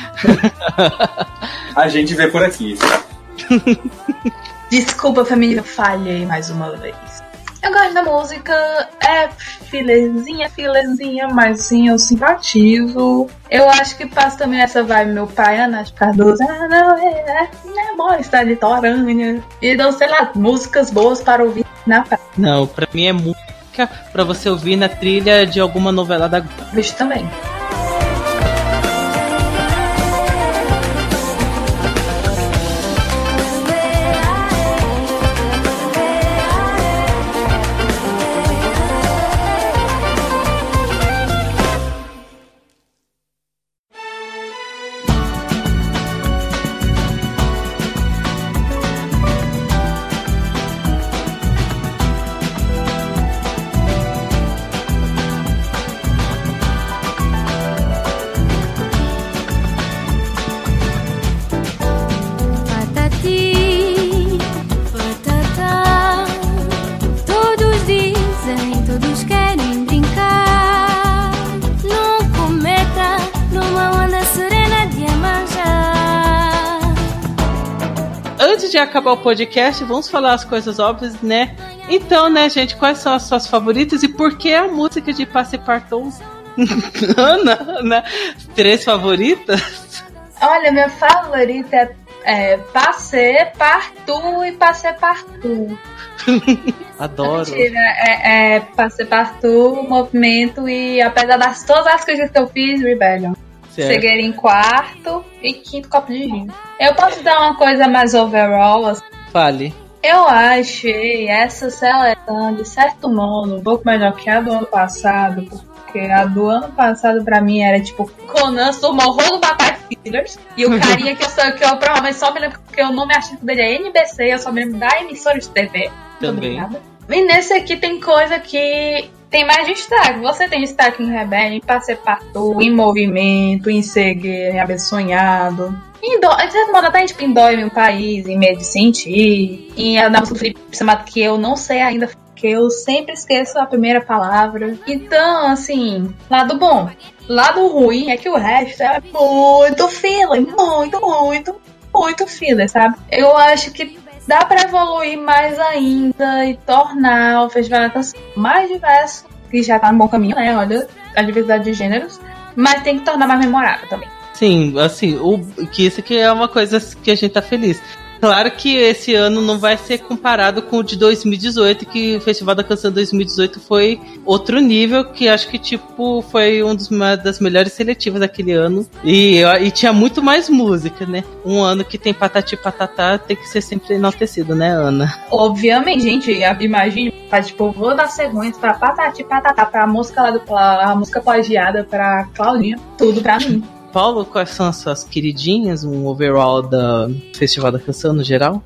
A gente vê por aqui. Desculpa, família, falhei mais uma vez. Eu Eu gosto da música, é filezinha, mas sim, eu simpatizo. Eu acho que passa também essa vibe meu pai, Ana Cardoso. Não é bom estar de Toranha. Então, sei lá, músicas boas para ouvir na praia. Não, pra mim é música pra você ouvir na trilha de alguma novela da Globo. Bicho também. Antes de acabar o podcast, vamos falar as coisas óbvias, né? Então, né, gente, quais são as suas favoritas e por que a música de Passepartout? Ana, 3 favoritas? Olha, minha favorita é Passepartout e Passepartout. Adoro. Mentira, Passepartout, Movimento e apesar das todas as coisas que eu fiz, Rebellion. Cegueira em 4º e 5º copo de vinho. Eu posso dar uma coisa mais overall? Assim? Fale. Eu achei essa seleção, de certo modo, um pouco melhor que a do ano passado, porque a do ano passado pra mim era tipo Conan, sou morro do Papai Fillers, e o carinha que eu provavelmente só me lembro porque o nome artístico dele é NBC, eu só me lembro da emissora de TV. Também. E nesse aqui tem coisa que tem mais destaque. Você tem destaque em Rebelde, em Passepartout, em Movimento, em Cegueira, em Abençonhado. De certo modo, até tipo, em Dói Meu País, em Medo de Sentir. Em a música do Felipe Samato, que eu não sei ainda, porque eu sempre esqueço a primeira palavra. Então, assim, lado bom. Lado ruim é que o resto é muito filler, muito filler, sabe? Eu acho que dá pra evoluir mais ainda e tornar o Festival de Natação mais diverso, que já tá no bom caminho, né? Olha, a diversidade de gêneros, mas tem que tornar mais memorável também. Sim, assim, que isso aqui é uma coisa que a gente tá feliz. Claro que esse ano não vai ser comparado com o de 2018, que o Festival da Canção 2018 foi outro nível, que acho que tipo foi uma das melhores seletivas daquele ano. E tinha muito mais música, né? Um ano que tem Patati Patatá tem que ser sempre enaltecido, né, Ana? Obviamente, gente, imagine, tipo, vou dar sequência pra Patati Patatá, pra música a música plagiada pra Claudinha, tudo pra mim. Paulo, quais são as suas queridinhas? Um overall do Festival da Canção no geral?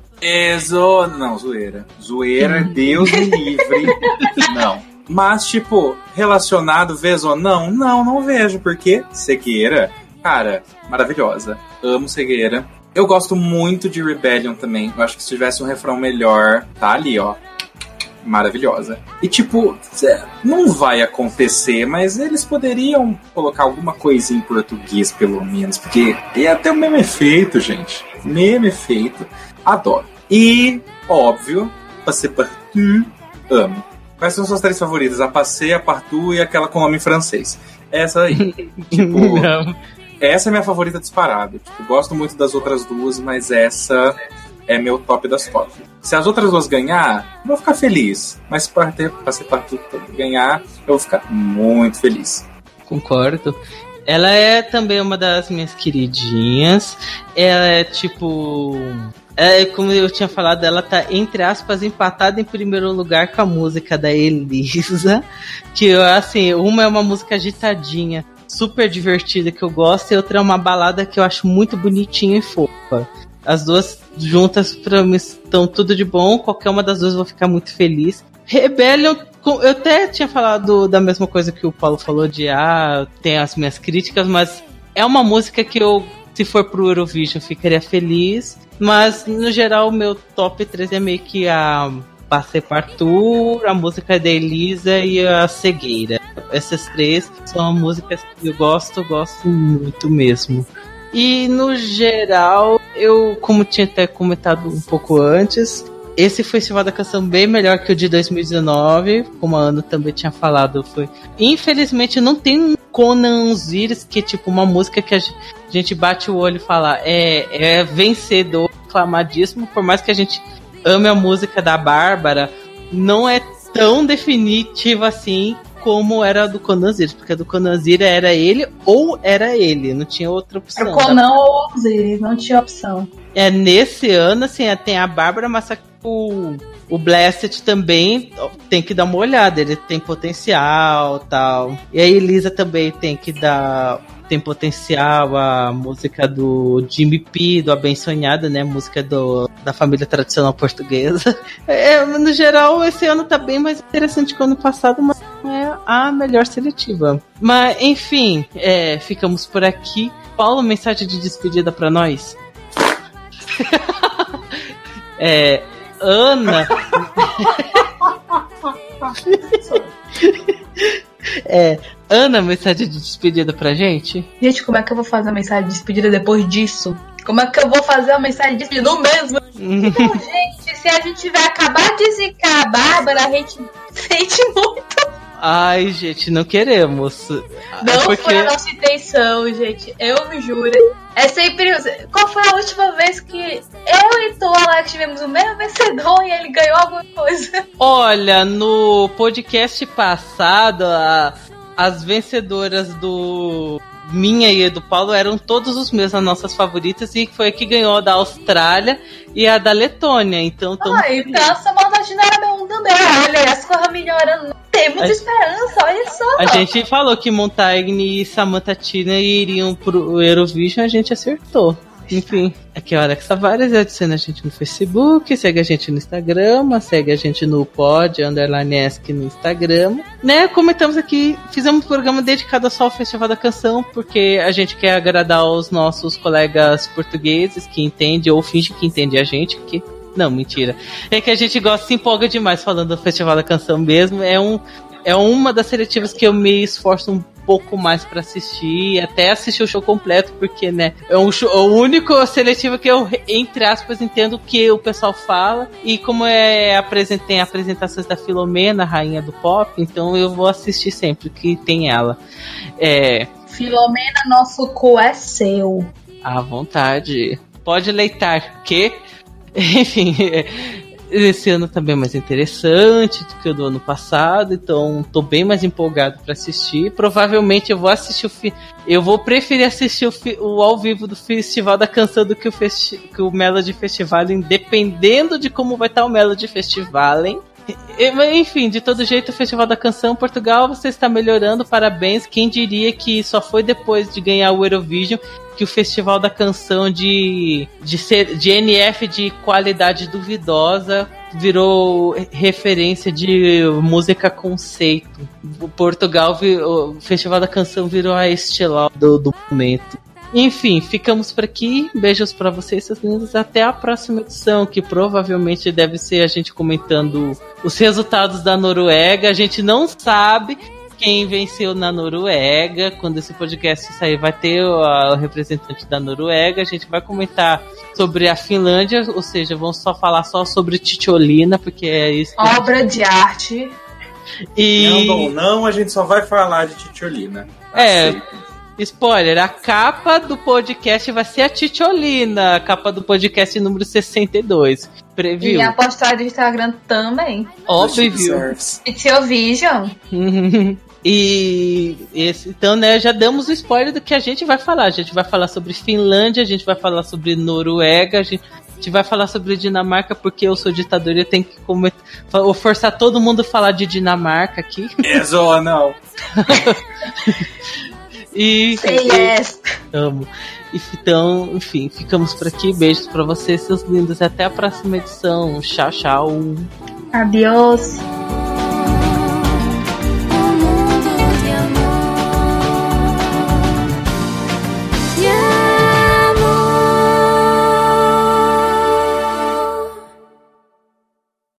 Não, zoeira. Zoeira, Deus me livre. Não. Mas, tipo, relacionado, vez ou não vejo, porque Cegueira, cara, maravilhosa. Amo Cegueira. Eu gosto muito de Rebellion também. Eu acho que se tivesse um refrão melhor, tá ali, ó. Maravilhosa. E tipo, não vai acontecer, mas eles poderiam colocar alguma coisa em português, pelo menos, porque ia ter o mesmo efeito, gente. Mesmo efeito. Adoro. E, óbvio, Passepartout, amo. Quais são suas 3 favoritas? A Passepartout e aquela com nome em francês. Essa aí. Tipo, essa é minha favorita disparada. Tipo, gosto muito das outras 2, mas essa é meu top das top. Se as outras 2 ganhar, eu vou ficar feliz. Mas se Passepartout ganhar, eu vou ficar muito feliz. Concordo. Ela é também uma das minhas queridinhas. Ela é tipo... como eu tinha falado, ela tá, entre aspas, empatada em primeiro lugar com a música da Elisa. Que, assim, uma é uma música agitadinha, super divertida, que eu gosto. E outra é uma balada que eu acho muito bonitinha e fofa. As 2 juntas pra mim estão tudo de bom. Qualquer uma das 2 eu vou ficar muito feliz. Rebellion, eu até tinha falado da mesma coisa que o Paulo falou de tem as minhas críticas, mas é uma música que eu, se for pro Eurovision, ficaria feliz. Mas no geral o meu top 3 é meio que a Passepartout, a música da Elisa e a Cegueira. Essas 3 são músicas que eu gosto muito mesmo. E no geral, eu, como tinha até comentado um pouco antes, esse Festival da Canção bem melhor que o de 2019, como a Ana também tinha falado. Infelizmente não tem um Conan Osiris, que é tipo uma música que a gente bate o olho e fala é vencedor, aclamadíssimo, por mais que a gente ame a música da Bárbara, não é tão definitiva assim como era a do Conan Osiris, porque a do Conan Osiris era ele ou era ele, não tinha outra opção. O Conan ou Osiris, não tinha opção. Nesse ano, assim, tem a Bárbara, mas o Blessed também tem que dar uma olhada, ele tem potencial e tal. E a Elisa também tem potencial, a música do Jimmy P, do A Bem Sonhada, né? Música da família tradicional portuguesa. No geral, esse ano tá bem mais interessante que o ano passado, mas não é a melhor seletiva. Mas, enfim, ficamos por aqui. Paulo, mensagem de despedida pra nós? Ana. Ana, mensagem de despedida pra gente? Gente, como é que eu vou fazer a mensagem de despedida depois disso? Como é que eu vou fazer a mensagem de despedida no mesmo? Então, gente, se a gente vai acabar de zicar a Bárbara, a gente sente muito. Ai, gente, não queremos. Não foi a nossa intenção, gente. Eu me juro. É sempre. Qual foi a última vez que eu e tu, Alex, tivemos o mesmo vencedor e ele ganhou alguma coisa? Olha, no podcast passado, as vencedoras do minha e do Paulo eram todos os meus, as nossas favoritas, e foi a que ganhou a da Austrália e a da Letônia. Então, então a Samanta não era meu também. Olha, as coisas melhorando. Temos esperança, olha só. A gente falou que Montagne e Samantha Tina iriam pro Eurovision, a gente acertou. Enfim, aqui é o Alex Tavares, adiciona a gente no Facebook, segue a gente no Instagram, segue a gente no pod_esc no Instagram, né? Comentamos aqui, fizemos um programa dedicado só ao Festival da Canção, porque a gente quer agradar os nossos colegas portugueses que entendem ou fingem que entendem a gente, que não, mentira. É que a gente gosta, se empolga demais falando do Festival da Canção mesmo. É uma das seletivas que eu me esforço um pouco mais pra assistir, até assistir o show completo, porque, né, é o único seletivo que eu, entre aspas, entendo o que o pessoal fala, e como tem apresentações da Filomena, rainha do pop, então eu vou assistir sempre que tem ela. Filomena, nosso cu é seu. À vontade. Pode leitar que... Enfim, esse ano também é mais interessante do que o do ano passado, então tô bem mais empolgado para assistir. Provavelmente eu vou assistir eu vou preferir assistir o ao vivo do Festival da Canção do que o Melody Festival, dependendo de como vai estar o Melody Festival, hein? Enfim, de todo jeito, o Festival da Canção Portugal, você está melhorando, parabéns. Quem diria que só foi depois de ganhar o Eurovision que o Festival da Canção de NF de qualidade duvidosa virou referência de música conceito. O Festival da Canção virou a estilão do momento. Enfim, ficamos por aqui. Beijos pra vocês, seus lindos. Até a próxima edição, que provavelmente deve ser a gente comentando os resultados da Noruega. A gente não sabe quem venceu na Noruega. Quando esse podcast sair, vai ter o representante da Noruega. A gente vai comentar sobre a Finlândia, ou seja, vamos falar só sobre Titiolina, porque é isso. Obra de arte. Não, a gente só vai falar de Titiolina. Spoiler, a capa do podcast vai ser a Titiolina, a capa do podcast número 62. Previu? E a postagem do Instagram também. Óbvio. Titiovision. Então, né, já damos o spoiler do que a gente vai falar. A gente vai falar sobre Finlândia, a gente vai falar sobre Noruega, a gente vai falar sobre Dinamarca, porque eu sou ditador e eu tenho que forçar todo mundo a falar de Dinamarca aqui. Ou não. Amo. Então, enfim, ficamos por aqui. Beijos pra vocês, seus lindos. Até a próxima edição. Tchau, tchau. Adiós.